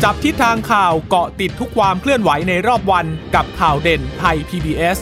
จับทิศทางข่าวเกาะติดทุกความเคลื่อนไหวในรอบวันกับข่าวเด่นไทย PBS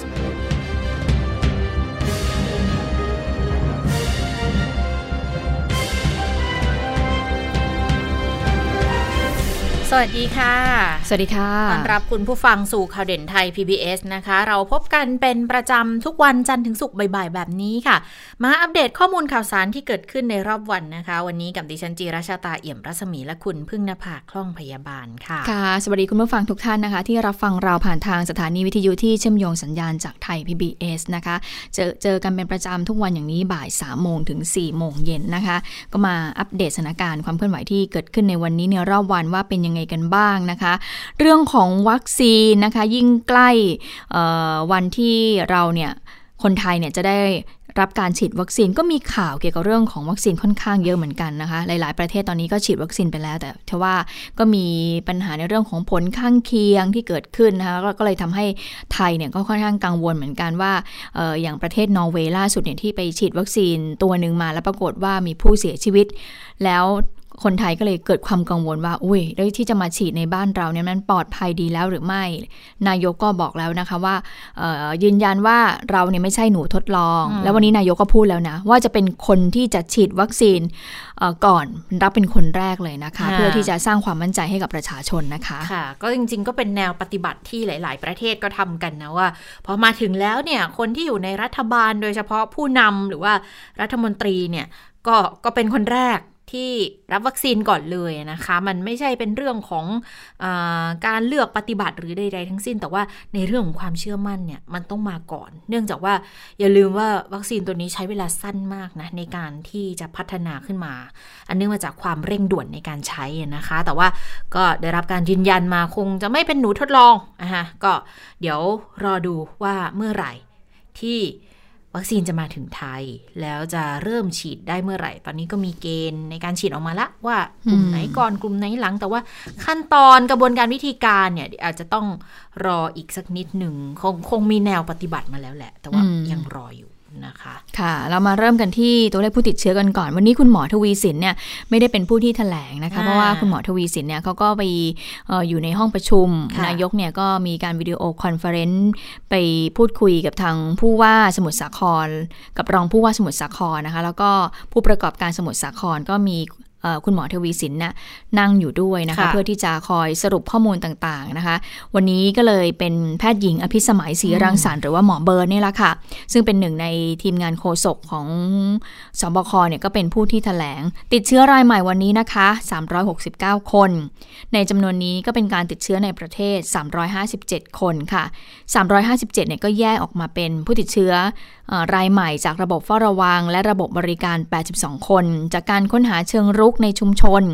สวัสดีค่ะสวัสดีค่ะต้อนรับคุณผู้ฟังสู่ข่าวเด่นไทย PBS นะคะเราพบกันเป็นประจำทุกวันจันทร์ถึงศุกร์บ่ายๆแบบนี้ค่ะมาอัปเดตข้อมูลข่าวสารที่เกิดขึ้นในรอบวันนะคะวันนี้กับดิฉันจีราชาตาเอี่ยมรัศมีและคุณพึ่งนภาคล่องพยาบาลค่ะค่ะสวัสดีคุณผู้ฟังทุกท่านนะคะที่รับฟังเราผ่านทางสถานีวิทยุที่เชื่อมโยงสัญญาณจากไทย PBS นะคะเจอกันเป็นประจำทุกวันอย่างนี้บ่าย 3 โมงถึง 4 โมงเย็นนะคะก็มาอัปเดตสถานการณ์ความเคลื่อนไหวที่เกิดขึ้นในวันนี้ในรอบวันว่าเป็นยังไงกันบ้างนะคะเรื่องของวัคซีนนะคะยิ่งใกล้วันที่เราเนี่ยคนไทยเนี่ยจะได้รับการฉีดวัคซีนก็มีข่าวเกี่ยวกับเรื่องของวัคซีนค่อนข้างเยอะเหมือนกันนะคะหลายๆประเทศตอนนี้ก็ฉีดวัคซีนไปแล้วแต่ทว่าก็มีปัญหาในเรื่องของผลข้างเคียงที่เกิดขึ้นนะคะก็เลยทำให้ไทยเนี่ยก็ค่อนข้างกังวลเหมือนกันว่าอย่างประเทศนอร์เวย์ล่าสุดเนี่ยที่ไปฉีดวัคซีนตัวนึงมาแล้วปรากฏว่ามีผู้เสียชีวิตแล้วคนไทยก็เลยเกิดความกังวลว่าอุ้ยแล้วที่จะมาฉีดในบ้านเราเนี่ยมันปลอดภัยดีแล้วหรือไม่นายกก็บอกแล้วนะคะว่ายืนยันว่าเราเนี่ยไม่ใช่หนูทดลองแล้ววันนี้นายกก็พูดแล้วนะว่าจะเป็นคนที่จะฉีดวัคซีนก่อนรับเป็นคนแรกเลยนะคะเพื่อที่จะสร้างความมั่นใจให้กับประชาชนนะคะค่ะก็จริงๆก็เป็นแนวปฏิบัติที่หลายๆประเทศก็ทำกันนะว่าพอมาถึงแล้วเนี่ยคนที่อยู่ในรัฐบาลโดยเฉพาะผู้นำหรือว่ารัฐมนตรีเนี่ยก็เป็นคนแรกที่รับวัคซีนก่อนเลยนะคะมันไม่ใช่เป็นเรื่องของการเลือกปฏิบัติหรือใดๆทั้งสิ้นแต่ว่าในเรื่องของความเชื่อมั่นเนี่ยมันต้องมาก่อนเนื่องจากว่าอย่าลืมว่าวัคซีนตัวนี้ใช้เวลาสั้นมากนะในการที่จะพัฒนาขึ้นมาอันเนื่องมาจากความเร่งด่วนในการใช้นะคะแต่ว่าก็ได้รับการยืนยันมาคงจะไม่เป็นหนูทดลองนะคะก็เดี๋ยวรอดูว่าเมื่อไหร่ที่วัคซีนจะมาถึงไทยแล้วจะเริ่มฉีดได้เมื่อไหร่ตอนนี้ก็มีเกณฑ์ในการฉีดออกมาละว่ากลุ่มไหนก่อนกลุ่มไหนหลังแต่ว่าขั้นตอนกระบวนการวิธีการเนี่ยอาจจะต้องรออีกสักนิดหนึ่งคงมีแนวปฏิบัติมาแล้วแหละแต่ว่ายังรออยู่นะคะค่ะเรามาเริ่มกันที่ตัวเลขผู้ติดเชื้อกันก่อนวันนี้คุณหมอทวีสินเนี่ยไม่ได้เป็นผู้ที่แถลงนะคะเพราะว่าคุณหมอทวีสินเนี่ยเขาก็ไปอยู่ในห้องประชุมนายกเนี่ยก็มีการวิดีโอคอนเฟอเรนซ์ไปพูดคุยกับทางผู้ว่าสมุทรสาครกับรองผู้ว่าสมุทรสาครนะคะแล้วก็ผู้ประกอบการสมุทรสาครก็มีคุณหมอทวีสินนะนั่งอยู่ด้วยนะคะเพื่อที่จะคอยสรุปข้อมูลต่างๆนะคะวันนี้ก็เลยเป็นแพทย์หญิงอภิสมัยศรีรังสรรค์หรือว่าหมอเบิร์นนี่แหละค่ะซึ่งเป็นหนึ่งในทีมงานโฆษกของสบคเนี่ยก็เป็นผู้ที่แถลงติดเชื้อรายใหม่วันนี้นะคะ369คนในจำนวนนี้ก็เป็นการติดเชื้อในประเทศ357คนค่ะ357เนี่ยก็แยกออกมาเป็นผู้ติดเชื้อรายใหม่จากระบบเฝ้าระวังและระบบบริการ82คนจากการค้นหาเชิงรุกในชุมชน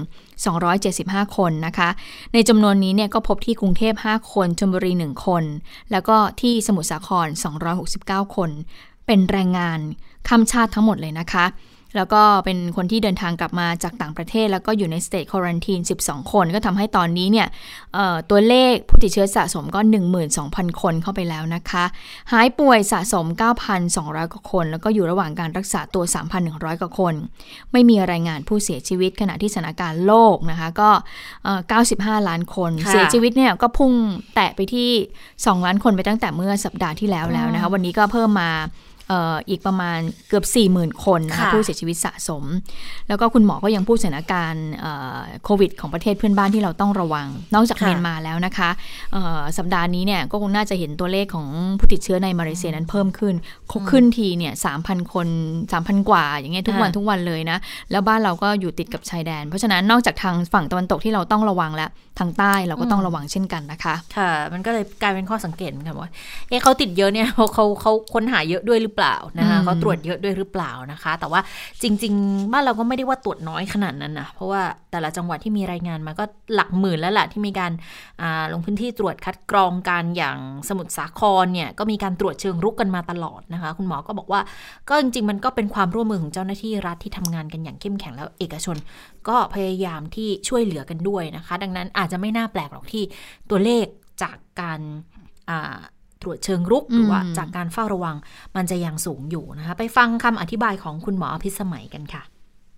275คนนะคะในจำนวนนี้เนี่ยก็พบที่กรุงเทพ5คนชลบุรี1คนแล้วก็ที่สมุทรสาคร269คนเป็นแรงงานข้ามชาติทั้งหมดเลยนะคะแล้วก็เป็นคนที่เดินทางกลับมาจากต่างประเทศแล้วก็อยู่ในสเตทควอรันทีน12คนก็ทำให้ตอนนี้เนี่ยตัวเลขผู้ติดเชื้อสะสมก็ 12,000 คนเข้าไปแล้วนะคะหายป่วยสะสม 9,200 กว่าคนแล้วก็อยู่ระหว่างการรักษาตัว 3,100 กว่าคนไม่มีรายงานผู้เสียชีวิตขณะที่สถานการณ์โลกนะคะก็95 ล้านคนเสียชีวิตเนี่ยก็พุ่งแตะไปที่2ล้านคนไปตั้งแต่เมื่อสัปดาห์ที่แล้วนะคะวันนี้ก็เพิ่มมาอีกประมาณเกือบ 40,000 คนนะคะผู้เสียชีวิตสะสมแล้วก็คุณหมอก็ยังพูดสถานการณ์โควิดของประเทศเพื่อนบ้านที่เราต้องระวังนอกจากเมียนมาแล้วนะคะสัปดาห์นี้เนี่ยก็คงน่าจะเห็นตัวเลขของผู้ติดเชื้อในมาเลเซียนั้นเพิ่มขึ้นทีเนี่ย 3,000 คน 3,000 กว่าอย่างเงี้ยทุกวันเลยนะแล้วบ้านเราก็อยู่ติดกับชายแดนเพราะฉะนั้นนอกจากทางฝั่งตะวันตกที่เราต้องระวังแล้วทางใต้เราก็ต้องระวังเช่นกันนะคะค่ะมันก็เลยกลายเป็นข้อสังเกตค่ะว่าเขาติดเยอะเนี่ยเขาค้นหาเยอะด้วยหรือเปล่านะคะเขาตรวจเยอะด้วยหรือเปล่านะคะแต่ว่าจริงๆบ้านเราก็ไม่ได้ว่าตรวจน้อยขนาดนั้นนะเพราะว่าแต่ละจังหวัดที่มีรายงานมาก็หลักหมื่นแล้วแหละที่มีการลงพื้นที่ตรวจคัดกรองกันอย่างสมุทรสาครเนี่ยก็มีการตรวจเชิงรุกกันมาตลอดนะคะคุณหมอก็บอกว่าก็จริงๆมันก็เป็นความร่วมมือของเจ้าหน้าที่รัฐที่ทำงานกันอย่างเข้มแข็งแล้วเอกชนก็พยายามที่ช่วยเหลือกันด้วยนะคะดังนั้นอาจจะไม่น่าแปลกหรอกที่ตัวเลขจากการตรวจเชิงรุกหรือว่าจากการเฝ้าระวังมันจะยังสูงอยู่นะคะไปฟังคำอธิบายของคุณหมออภิสมัยกันค่ะ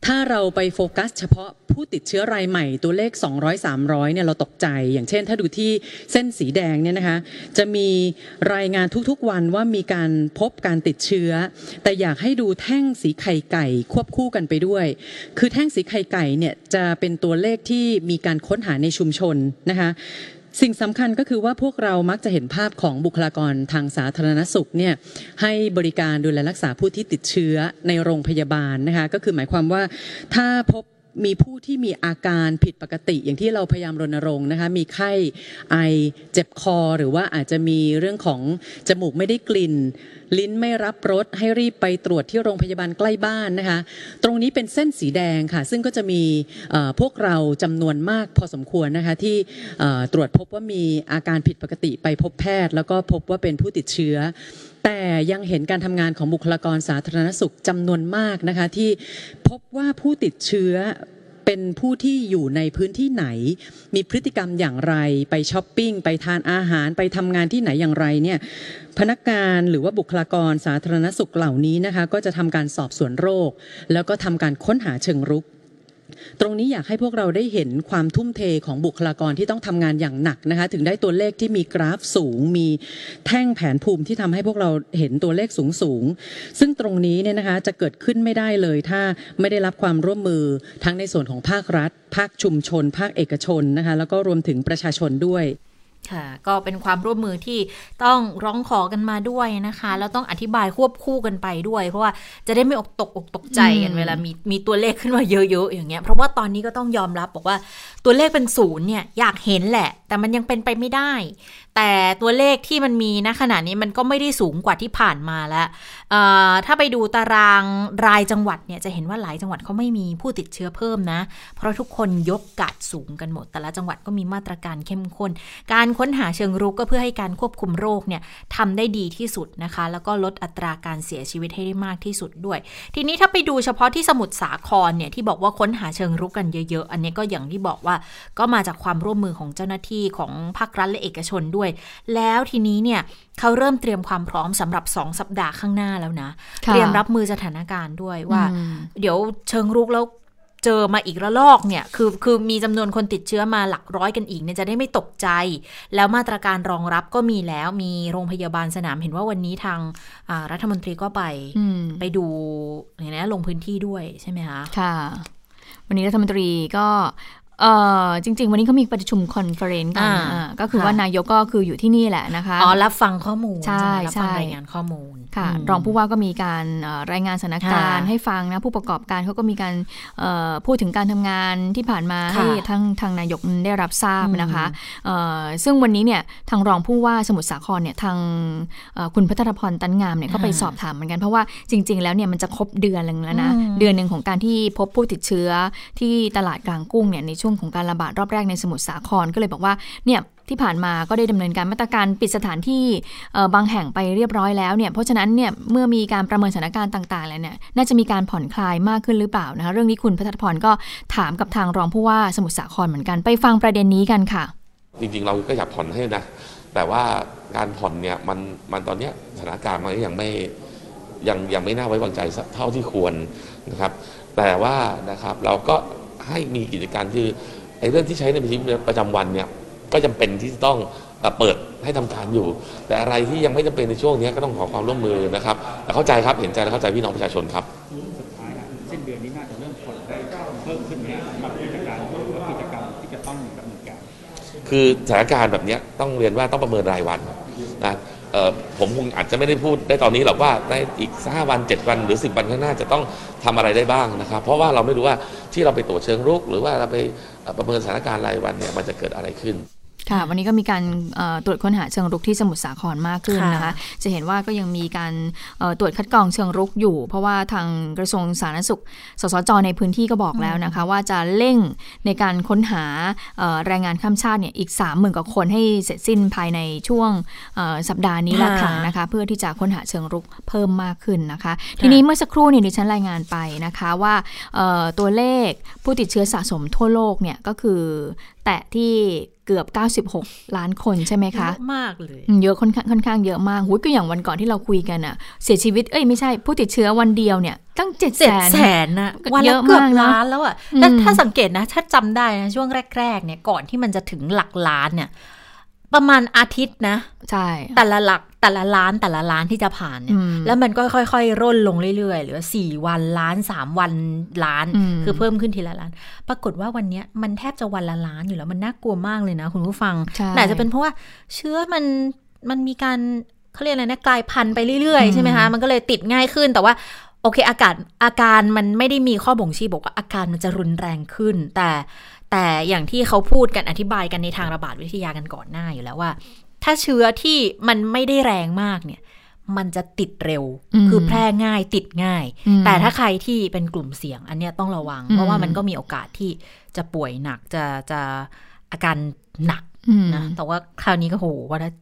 ถ้าเราไปโฟกัสเฉพาะผู้ติดเชื้อรายใหม่ตัวเลข200-300เนี่ยเราตกใจอย่างเช่นถ้าดูที่เส้นสีแดงเนี่ยนะคะจะมีรายงานทุกๆวันว่ามีการพบการติดเชื้อแต่อยากให้ดูแท่งสีไข่ไก่ควบคู่กันไปด้วยคือแท่งสีไข่ไก่เนี่ยจะเป็นตัวเลขที่มีการค้นหาในชุมชนนะคะสิ่งสำคัญก็คือว่าพวกเรามักจะเห็นภาพของบุคลากรทางสาธารณสุขเนี่ยให้บริการดูแลรักษาผู้ที่ติดเชื้อในโรงพยาบาลนะคะก็คือหมายความว่าถ้าพบมีผู้ที่มีอาการผิดปกติอย่างที่เราพยายามรณรงค์นะคะมีไข้ไอเจ็บคอหรือว่าอาจจะมีเรื่องของจมูกไม่ได้กลิ่นลิ้นไม่รับรสให้รีบไปตรวจที่โรงพยาบาลใกล้บ้านนะคะตรงนี้เป็นเส้นสีแดงค่ะซึ่งก็จะมีพวกเราจำนวนมากพอสมควรนะคะที่ตรวจพบว่ามีอาการผิดปกติไปพบแพทย์แล้วก็พบว่าเป็นผู้ติดเชื้อแต่ยังเห็นการทำงานของบุคลากรสาธารณสุขจำนวนมากนะคะที่พบว่าผู้ติดเชื้อเป็นผู้ที่อยู่ในพื้นที่ไหนมีพฤติกรรมอย่างไรไปช้อปปิ้งไปทานอาหารไปทำงานที่ไหนอย่างไรเนี่ยพนักงานหรือว่าบุคลากรสาธารณสุขเหล่านี้นะคะก็จะทำการสอบสวนโรคแล้วก็ทำการค้นหาเชิงรุกตรงนี้อยากให้พวกเราได้เห็นความทุ่มเทของบุคลากรที่ต้องทำงานอย่างหนักนะคะถึงได้ตัวเลขที่มีกราฟสูงมีแท่งแผนภูมิที่ทำให้พวกเราเห็นตัวเลขสูงซึ่งตรงนี้เนี่ยนะคะจะเกิดขึ้นไม่ได้เลยถ้าไม่ได้รับความร่วมมือทั้งในส่วนของภาครัฐภาคชุมชนภาคเอกชนนะคะแล้วก็รวมถึงประชาชนด้วยค่ะก็เป็นความร่วมมือที่ต้องร้องขอกันมาด้วยนะคะแล้วต้องอธิบายควบคู่กันไปด้วยเพราะว่าจะได้ไม่ตกใจกันเวลามีตัวเลขขึ้นมาเยอะๆอย่างเงี้ยเพราะว่าตอนนี้ก็ต้องยอมรับบอกว่าตัวเลขเป็น0เนี่ยอยากเห็นแหละแต่มันยังเป็นไปไม่ได้แต่ตัวเลขที่มันมีณขณะนี้มันก็ไม่ได้สูงกว่าที่ผ่านมาแล้วถ้าไปดูตารางรายจังหวัดเนี่ยจะเห็นว่าหลายจังหวัดเขาไม่มีผู้ติดเชื้อเพิ่มนะเพราะทุกคนยกกาดสูงกันหมดแต่ละจังหวัดก็มีมาตรการเข้มข้นการค้นหาเชิงรุกก็เพื่อให้การควบคุมโรคเนี่ยทำได้ดีที่สุดนะคะแล้วก็ลดอัตราการเสียชีวิตให้ได้มากที่สุดด้วยทีนี้ถ้าไปดูเฉพาะที่สมุทรสาครเนี่ยที่บอกว่าค้นหาเชิงรุกกันเยอะๆอันนี้ก็อย่างที่บอกว่าก็มาจากความร่วมมือของเจ้าหน้าที่ของภาครัฐและเอกชนด้วยแล้วทีนี้เนี่ยเขาเริ่มเตรียมความพร้อมสำหรับ2สัปดาห์ข้างหน้าแล้วนะเตรียมรับมือสถานการณ์ด้วยว่าเดี๋ยวเชิงรุกแล้วเจอมาอีกระลอกเนี่ยคือมีจำนวนคนติดเชื้อมาหลักร้อยกันอีกเนี่ยจะได้ไม่ตกใจแล้วมาตรการรองรับก็มีแล้วมีโรงพยาบาลสนามเห็นว่าวันนี้ทางรัฐมนตรีก็ไปดูอย่างนี้ลงพื้นที่ด้วยใช่ไหมคะค่ะวันนี้รัฐมนตรีก็จริงๆวันนี้เขามีประชุมคอนเฟอเรนซ์กันก็คือว่านายกก็คืออยู่ที่นี่แหละนะคะรับฟังข้อมูลใช่รับฟังรายงานข้อมูลค่ะรองผู้ว่าก็มีการรายงานสถานการณ์ให้ฟังนะผู้ประกอบการเขาก็มีการพูดถึงการทำงานที่ผ่านมาให้ทางนายกได้รับทราบนะคะซึ่งวันนี้เนี่ยทางรองผู้ว่าสมุทรสาครเนี่ยทางคุณพัทรพรตันงามเนี่ยก็ไปสอบถามเหมือนกันเพราะว่าจริงๆแล้วเนี่ยมันจะครบเดือนนึงแล้วนะเดือนนึงของการที่พบผู้ติดเชื้อที่ตลาดกลางกุ้งเนี่ยในช่วงของการระบาดรอบแรกในสมุทรสาครก็เลยบอกว่าเนี่ยที่ผ่านมาก็ได้ดำเนินการมาตรการปิดสถานที่บางแห่งไปเรียบร้อยแล้วเนี่ยเพราะฉะนั้นเนี่ยเมื่อมีการประเมินสถานการณ์ต่างๆแล้วเนี่ยน่าจะมีการผ่อนคลายมากขึ้นหรือเปล่านะคะเรื่องนี้คุณพัทรพรก็ถามกับทางรองผู้ว่าสมุทรสาครเหมือนกันไปฟังประเด็นนี้กันค่ะจริงๆเราก็อยากผ่อนให้นะแต่ว่าการผ่อนเนี่ยมันตอนนี้สถานการณ์มันยังไม่น่าไว้วางใจเท่าที่ควรนะครับแต่ว่านะครับเราก็ให้มีกิจการคือไอ้เรื่องที่ใช้ในชีวิตประจำวันเนี่ยก็จำเป็นที่ต้องเปิดให้ทำการอยู่แต่อะไรที่ยังไม่จำเป็นในช่วงนี้ก็ต้องขอความร่วมมือนะครับแต่เข้าใจครับเห็นใจและเข้าใจพี่น้องประชาชนครับสุดท้ายสิ้นเดือนนี้น่าจะเริ่มผ่อนได้เพิ่มขึ้นเนี่ยสำหรับกิจการหรือว่ากิจกรรมที่จะต้องดำเนินการคือสถานการณ์แบบนี้ต้องเรียนว่าต้องประเมินรายวันนะผมคงอาจจะไม่ได้พูดได้ตอนนี้หรอกว่าในอีก5 วัน 7 วันหรือ10 วันข้างหน้าจะต้องทำอะไรได้บ้างนะครับเพราะว่าเราไม่รู้ว่าที่เราไปตรวจเชิงรุกหรือว่าเราไปประเมินสถานการณ์รายวันเนี่ยมันจะเกิดอะไรขึ้นค่ะวันนี้ก็มีการตรวจค้นหาเชิงรุกที่สมุทรสาครมากขึ้นนะคะจะเห็นว่าก็ยังมีการตรวจคัดกรองเชิงรุกอยู่เพราะว่าทางกระทรวงสาธารณสุขสสจ.ในพื้นที่ก็บอกแล้วนะคะว่าจะเร่งในการค้นหาแรงงานข้ามชาติเนี่ยอีก 30,000 กว่าคนให้เสร็จสิ้นภายในช่วงสัปดาห์นี้ละค่ะนะคะเพื่อที่จะค้นหาเชิงรุกเพิ่มมากขึ้นนะคะทีนี้เมื่อสักครู่เนี่ยดิฉันรายงานไปนะคะว่าตัวเลขผู้ติดเชื้อสะสมทั่วโลกเนี่ยก็คือแตะที่เกือบ96ล้านคนใช่ไหมคะเยอะมากเลยเยอะค่อนข้างเยอะมากก็อย่างวันก่อนที่เราคุยกันอ่ะเสียชีวิตไม่ใช่ผู้ติดเชื้อวันเดียวเนี่ยตั้ง700,000 นะวันละเกือบล้านแล้วอ่ะถ้าสังเกตนะถ้าจำได้นะช่วงแรกๆเนี่ยก่อนที่มันจะถึงหลักล้านเนี่ยประมาณอาทิตย์นะใช่แต่ละล้านที่จะผ่านเนี่ยแล้วมันก็ค่อยๆร่นลงเรื่อยๆหรือ4วันล้าน3วันล้านคือเพิ่มขึ้นทีละล้านปรากฏว่าวันนี้มันแทบจะวันละล้านอยู่แล้วมันน่ากลัวมากเลยนะคุณผู้ฟังแต่จะเป็นเพราะว่าเชื้อมันมีการเขาเรียกอะไรนะกลายพันธุ์ไปเรื่อยๆใช่ไหมคะมันก็เลยติดง่ายขึ้นแต่ว่าโอเคอาการมันไม่ได้มีข้อบ่งชี้บอกว่าอาการมันจะรุนแรงขึ้นแต่อย่างที่เขาพูดกันอธิบายกันในทางระบาดวิทยากันก่อนหน้าอยู่แล้วว่าถ้าเชื้อที่มันไม่ได้แรงมากเนี่ยมันจะติดเร็วคือแพร่ง่ายติดง่ายแต่ถ้าใครที่เป็นกลุ่มเสี่ยงอันเนี้ยต้องระวังเพราะว่ามันก็มีโอกาสที่จะป่วยหนักจะอาการหนักนะแต่ว่าคราวนี้ก็โหว่าถ้า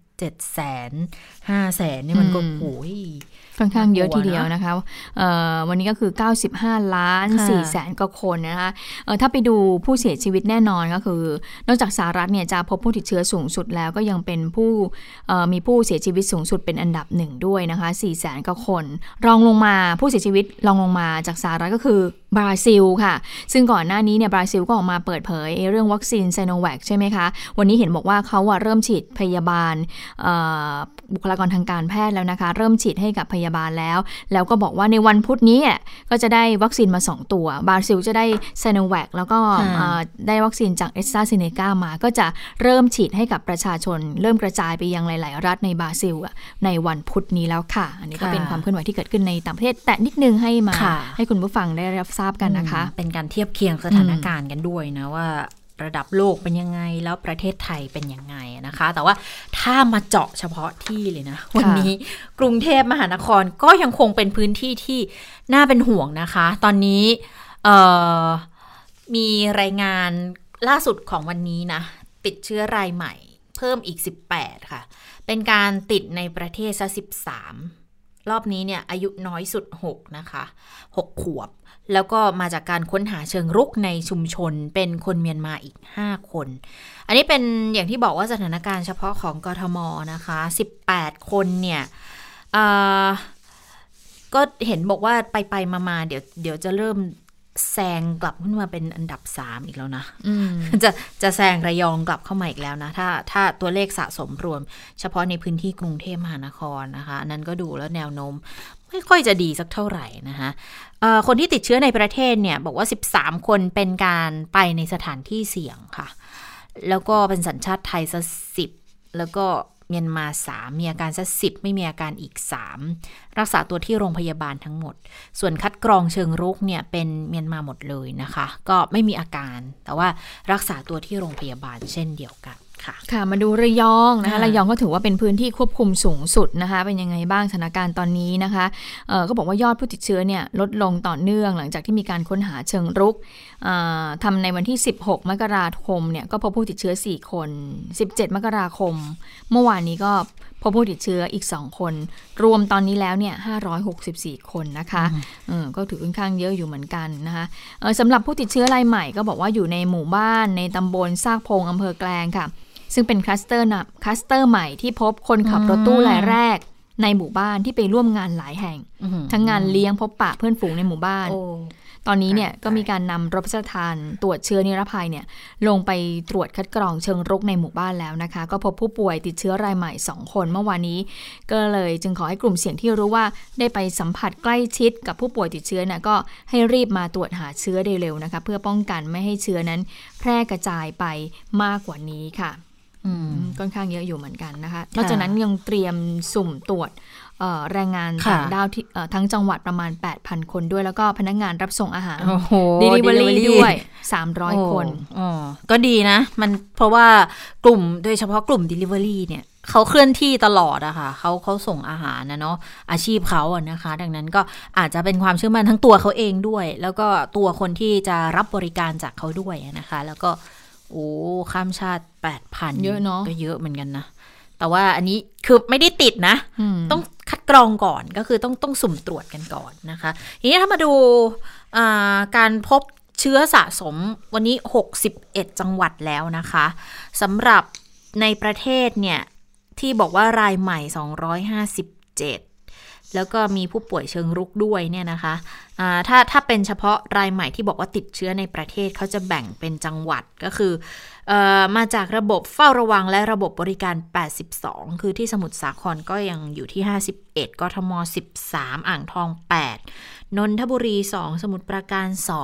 700,000-500,000นี่มันก็โหยค่อนข้างเยอะทีเดียวนะคะวันนี้ก็คือ95,400,000 กว่าคนนะคะถ้าไปดูผู้เสียชีวิตแน่นอนก็คือนอกจากสหรัฐเนี่ยจะพบผู้ติดเชื้อสูงสุดแล้วก็ยังเป็นมีผู้เสียชีวิตสูงสุดเป็นอันดับ1ด้วยนะคะ 400,000 กว่าคนรองลงมาผู้เสียชีวิตรองลงมาจากสหรัฐก็คือบราซิลค่ะซึ่งก่อนหน้านี้เนี่ยบราซิลก็ออกมาเปิดเผยเรื่องวัคซีนไซโนแวคใช่ไหมคะวันนี้เห็นบอกว่าเขาเริ่มฉีดพยาบาลบุคลากรทางการแพทย์แล้วนะคะเริ่มฉีดให้กับพยาบาลแล้วก็บอกว่าในวันพุธนี้ก็จะได้วัคซีนมา2ตัวบราซิลจะได้ไซโนแวคแล้วก็ได้วัคซีนจาก AstraZeneca มาก็จะเริ่มฉีดให้กับประชาชนเริ่มกระจายไปยังหลายๆรัฐในบราซิลในวันพุธนี้แล้วค่ะอันนี้ก็เป็นความเคลื่อนไหวที่เกิดขึ้นในต่างประเทศแต่นิดนึงให้คุณผู้ฟังได้รับทราบกันนะคะเป็นการเทียบเคียงสถานการณ์กันด้วยนะว่าระดับโลกเป็นยังไงแล้วประเทศไทยเป็นยังไงนะคะแต่ว่าถ้ามาเจาะเฉพาะที่เลยนะวันนี้กรุงเทพมหานครก็ยังคงเป็นพื้นที่ที่น่าเป็นห่วงนะคะตอนนี้มีรายงานล่าสุดของวันนี้นะติดเชื้อรายใหม่เพิ่มอีก18ค่ะเป็นการติดในประเทศซะ13รอบนี้เนี่ยอายุน้อยสุด6นะคะ6 ขวบแล้วก็มาจากการค้นหาเชิงรุกในชุมชนเป็นคนเมียนมาอีก5 คนอันนี้เป็นอย่างที่บอกว่าสถานการณ์เฉพาะของกทมนะคะ18 คนเนี่ยก็เห็นบอกว่าไปมาเดี๋ยวจะเริ่มแซงกลับขึ้นมาเป็นอันดับ3อีกแล้วนะจะแซงระยองกลับเข้ามาอีกแล้วนะถ้าตัวเลขสะสมรวมเฉพาะในพื้นที่กรุงเทพมหานครนะคะนั้นก็ดูแล้วแนวโน้มไม่ค่อยจะดีสักเท่าไหร่นะคะคนที่ติดเชื้อในประเทศเนี่ยบอกว่า13 คนเป็นการไปในสถานที่เสี่ยงค่ะแล้วก็เป็นสัญชาติไทยซะ10แล้วก็เมียนมา3มีอาการซะ10ไม่มีอาการอีก3รักษาตัวที่โรงพยาบาลทั้งหมดส่วนคัดกรองเชิงรุกเนี่ยเป็นเมียนมาหมดเลยนะคะก็ไม่มีอาการแต่ว่ารักษาตัวที่โรงพยาบาลเช่นเดียวกันค่ะมาดูระยองนะคะระยองก็ถือว่าเป็นพื้นที่ควบคุมสูงสุดนะคะเป็นยังไงบ้างสถานการณ์ตอนนี้นะคะก็บอกว่ายอดผู้ติดเชื้อเนี่ยลดลงต่อเนื่องหลังจากที่มีการค้นหาเชิงรุกทำในวันที่16 มกราคมเนี่ยก็พบผู้ติดเชื้อ4 คน17 มกราคมเมื่อวานนี้ก็พบผู้ติดเชื้ออีก2 คนรวมตอนนี้แล้วเนี่ย564 คนนะคะก็ถือค่อนข้างเยอะอยู่เหมือนกันนะคะสำหรับผู้ติดเชื้อรายใหม่ก็บอกว่าอยู่ในหมู่บ้านในตำบลซากพงอำเภอแกลงค่ะซึ่งเป็นคลัสเตอร์ใหม่ที่พบคนขับรถตู้รายแรกในหมู่บ้านที่ไปร่วมงานหลายแห่งทั้งงานเลี้ยงพบปะเพื่อนฝูงในหมู่บ้านตอนนี้เนี่ยก็มีการนำรถพระราชทานตรวจเชื้อนิรภัยเนี่ยลงไปตรวจคัดกรองเชิงรุกในหมู่บ้านแล้วนะคะก็พบผู้ป่วยติดเชื้อรายใหม่2 คนเมื่อวานนี้ก็เลยจึงขอให้กลุ่มเสี่ยงที่รู้ว่าได้ไปสัมผัสใกล้ชิดกับผู้ป่วยติดเชื้อน่ะก็ให้รีบมาตรวจหาเชื้อเร็วๆนะคะเพื่อป้องกันไม่ให้เชื้อนั้นแพร่กระจายไปมากกว่านี้ค่ะค่อนข้างเยอะอยู่เหมือนกันนะคะนอกจากนั้นยังเตรียมสุ่มตรวจแรงงานต่างด้าวที่ทั้งจังหวัดประมาณ 8,000 คนด้วยแล้วก็พนักงานรับส่งอาหาร Delivery ด้วย300 คนก็ดีนะมันเพราะว่ากลุ่มโดยเฉพาะกลุ่ม Delivery เนี่ยเขาเคลื่อนที่ตลอดอะค่ะเขาส่งอาหารนะเนาะอาชีพเขาอะนะคะดังนั้นก็อาจจะเป็นความเชื่อมั่นทั้งตัวเขาเองด้วยแล้วก็ตัวคนที่จะรับบริการจากเขาด้วยนะคะแล้วก็ข้ามชาติ 8,000 เยอะเนาะก็เยอะเหมือนกันนะแต่ว่าอันนี้คือไม่ได้ติดนะต้องคัดกรองก่อนก็คือต้องสุ่มตรวจกันก่อนนะคะทีนี้ถ้ามาดูการพบเชื้อสะสมวันนี้61จังหวัดแล้วนะคะสำหรับในประเทศเนี่ยที่บอกว่ารายใหม่257แล้วก็มีผู้ป่วยเชิงรุกด้วยเนี่ยนะคะถ้าเป็นเฉพาะรายใหม่ที่บอกว่าติดเชื้อในประเทศเขาจะแบ่งเป็นจังหวัดก็คือมาจากระบบเฝ้าระวังและระบบบริการ82คือที่สมุทรสาครก็ยังอยู่ที่51กทม13อ่างทอง8นนทบุรี2สมุทรปราการ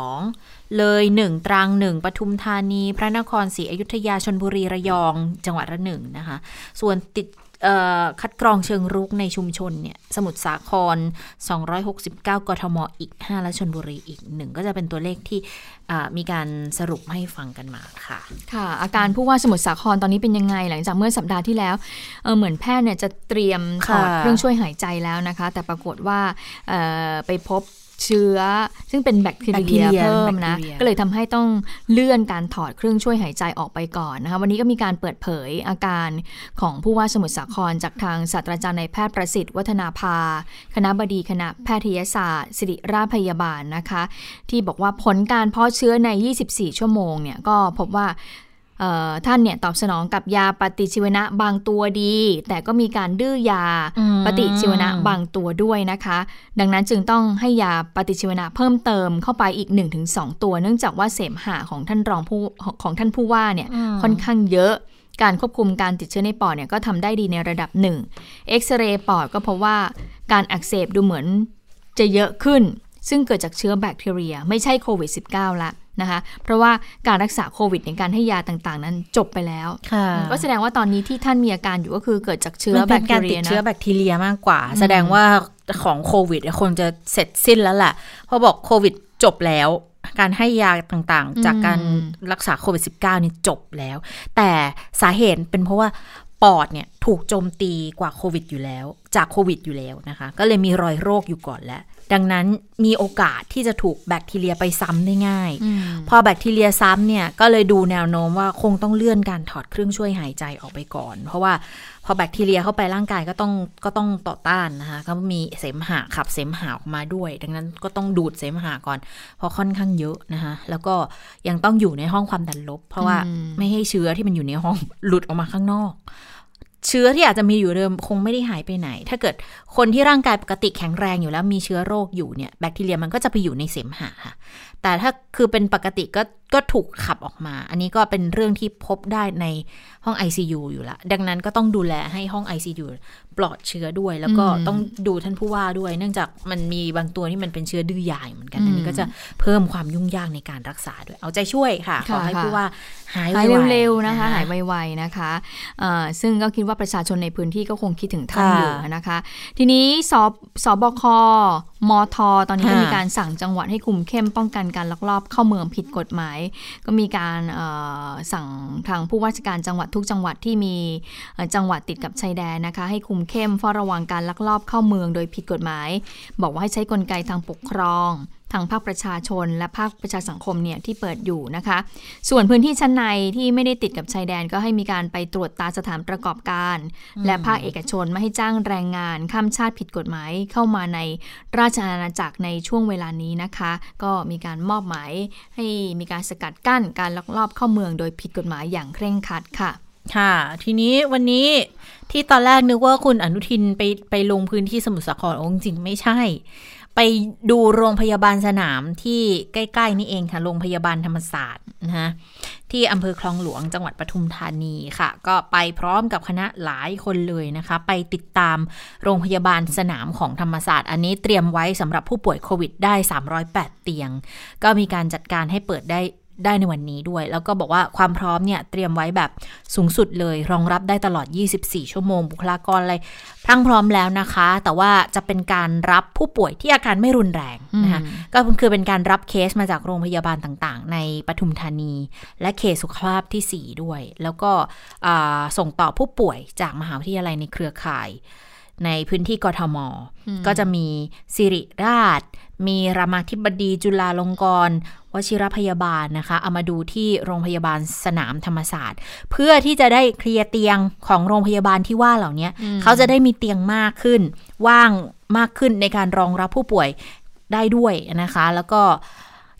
2เลย1ตรัง1ปทุมธานีพระนครศรีอยุธยาชลบุรีระยองจังหวัดละ1นะคะส่วนติดคัดกรองเชิงรุกในชุมชนเนี่ยสมุทรสาคร269กทมอีก5และชลบุรีอีก1ก็จะเป็นตัวเลขที่มีการสรุปให้ฟังกันมาค่ะค่ะอาการผู้ว่าสมุทรสาครตอนนี้เป็นยังไงหลังจากเมื่อสัปดาห์ที่แล้วเหมือนแพทย์เนี่ยจะเตรียมถอดเครื่องช่วยหายใจแล้วนะคะแต่ปรากฏว่าไปพบเชื้อซึ่งเป็นแบคทีเรียเพิ่มนะก็เลยทำให้ต้องเลื่อนการถอดเครื่องช่วยหายใจออกไปก่อนนะคะวันนี้ก็มีการเปิดเผยอาการของผู้ว่าสมุทรสาครจากทางศาสตราจารย์นายแพทย์ประสิทธิ์วัฒนาภาคณบดีคณะแพทยศาสตร์ศิริราชพยาบาลนะคะที่บอกว่าผลการเพาะเชื้อใน24ชั่วโมงเนี่ยก็พบว่าท่านเนี่ยตอบสนองกับยาปฏิชีวนะบางตัวดีแต่ก็มีการดื้อยาปฏิชีวนะบางตัวด้วยนะคะดังนั้นจึงต้องให้ยาปฏิชีวนะเพิ่มเติมเข้าไปอีก 1-2 ตัวเนื่องจากว่าเสมหะของท่านท่านผู้ว่าเนี่ยค่อนข้างเยอะการควบคุมการติดเชื้อในปอดเนี่ยก็ทำได้ดีในระดับหนึ่งเอ็กซเรย์ปอดก็พบว่าการอักเสบดูเหมือนจะเยอะขึ้นซึ่งเกิดจากเชื้อแบคทีเรียไม่ใช่โควิด -19 ละนะคะเพราะว่าการรักษาโควิดในการให้ยาต่างๆนั้นจบไปแล้วก็แสดงว่าตอนนี้ที่ท่านมีอาการอยู่ก็คือเกิดจากเชื้อแบคทีเรียนะติดเชื้อแบคทีเรียมากกว่าแสดงว่าของโควิดคงจะเสร็จสิ้นแล้วแหละเพราะบอกโควิดจบแล้วการให้ยาต่างๆจากการรักษาโควิด -19 นี่จบแล้วแต่สาเหตุเป็นเพราะว่าปอดเนี่ยถูกโจมตีกว่าโควิดอยู่แล้วจากโควิดอยู่แล้วนะคะก็เลยมีรอยโรคอยู่ก่อนแล้วดังนั้นมีโอกาสที่จะถูกแบคทีเรียไปซ้ำได้ง่ายพอแบคทีเรียซ้ำเนี่ยก็เลยดูแนวโน้มว่าคงต้องเลื่อนการถอดเครื่องช่วยหายใจออกไปก่อนเพราะว่าพอแบคทีเรียเข้าไปร่างกายก็ต้องต่อต้านนะคะก็มีเสมหะขับเสมหะออกมาด้วยดังนั้นก็ต้องดูดเสมหะก่อนเพราะค่อนข้างเยอะนะคะแล้วก็ยังต้องอยู่ในห้องความดันลบเพราะว่าไม่ให้เชื้อที่มันอยู่ในห้องหลุดออกมาข้างนอกเชื้อที่อาจจะมีอยู่เดิมคงไม่ได้หายไปไหนถ้าเกิดคนที่ร่างกายปกติแข็งแรงอยู่แล้วมีเชื้อโรคอยู่เนี่ยแบคทีเรียมันก็จะไปอยู่ในเสมหะค่ะแต่ถ้าคือเป็นปกติก็ถูกขับออกมาอันนี้ก็เป็นเรื่องที่พบได้ในห้อง ICU อยู่ละดังนั้นก็ต้องดูแลให้ห้อง ICU ปลอดเชื้อด้วยแล้วก็ต้องดูท่านผู้ว่าด้วยเนื่องจากมันมีบางตัวที่มันเป็นเชื้อดื้อยาเหมือนกันอันนี้ก็จะเพิ่มความยุ่งยากในการรักษาด้วยเอาใจช่วยค่ะขอให้ผู้ว่าหายเร็วๆนะคะหายไวๆนะคะซึ่งก็คิดว่าประชาชนในพื้นที่ก็คงคิดถึงท่านอยู่นะคะทีนี้สบคมท.ตอนนี้ก็มีการสั่งจังหวัดให้คุมเข้มป้องกันการลักลอบเข้าเมืองผิดกฎหมายก็มีการสั่งทางผู้ว่าราชการจังหวัดทุกจังหวัดที่มีจังหวัดติดกับชายแดนนะคะให้คุมเข้มเฝ้าระวังการลักลอบเข้าเมืองโดยผิดกฎหมายบอกว่าให้ใช้กลไกทางปกครองทางภาคประชาชนและภาคประชาสังคมเนี่ยที่เปิดอยู่นะคะส่วนพื้นที่ชั้นในที่ไม่ได้ติดกับชายแดนก็ให้มีการไปตรวจตาสถานประกอบการและภาคเอกชนไม่ให้จ้างแรงงานข้ามชาติผิดกฎหมายเข้ามาในราชอาณาจักรในช่วงเวลานี้นะคะก็มีการมอบหมายให้มีการสกัดกั้นการลักลอบเข้าเมืองโดยผิดกฎหมายอย่างเคร่งครัดค่ะค่ะทีนี้วันนี้ที่ตอนแรกนึกว่าคุณอนุทินไปลงพื้นที่สมุทรสาครจริงๆไม่ใช่ไปดูโรงพยาบาลสนามที่ใกล้ๆนี่เองค่ะโรงพยาบาลธรรมศาสตร์นะที่อำเภอคลองหลวงจังหวัดปทุมธานีค่ะก็ไปพร้อมกับคณะหลายคนเลยนะคะไปติดตามโรงพยาบาลสนามของธรรมศาสตร์อันนี้เตรียมไว้สำหรับผู้ป่วยโควิดได้308เตียงก็มีการจัดการให้เปิดได้ในวันนี้ด้วยแล้วก็บอกว่าความพร้อมเนี่ยเตรียมไว้แบบสูงสุดเลยรองรับได้ตลอด24ชั่วโมงบุคลากรอะไรพรั่งพร้อมแล้วนะคะแต่ว่าจะเป็นการรับผู้ป่วยที่อาการไม่รุนแรงนะคะก็คือเป็นการรับเคสมาจากโรงพยาบาลต่างๆในปทุมธานีและเขตสุขภาพที่4ด้วยแล้วก็ส่งต่อผู้ป่วยจากมหาวิทยาลัยในเครือข่ายในพื้นที่กทม.ก็จะมีศิริราชมีรามาธิบดีจุฬาลงกรณ์วชิรพยาบาลนะคะเอามาดูที่โรงพยาบาลสนามธรรมศาสตร์เพื่อที่จะได้เคลียร์เตียงของโรงพยาบาลที่ว่าเหล่านี้เขาจะได้มีเตียงมากขึ้นว่างมากขึ้นในการรองรับผู้ป่วยได้ด้วยนะคะแล้วก็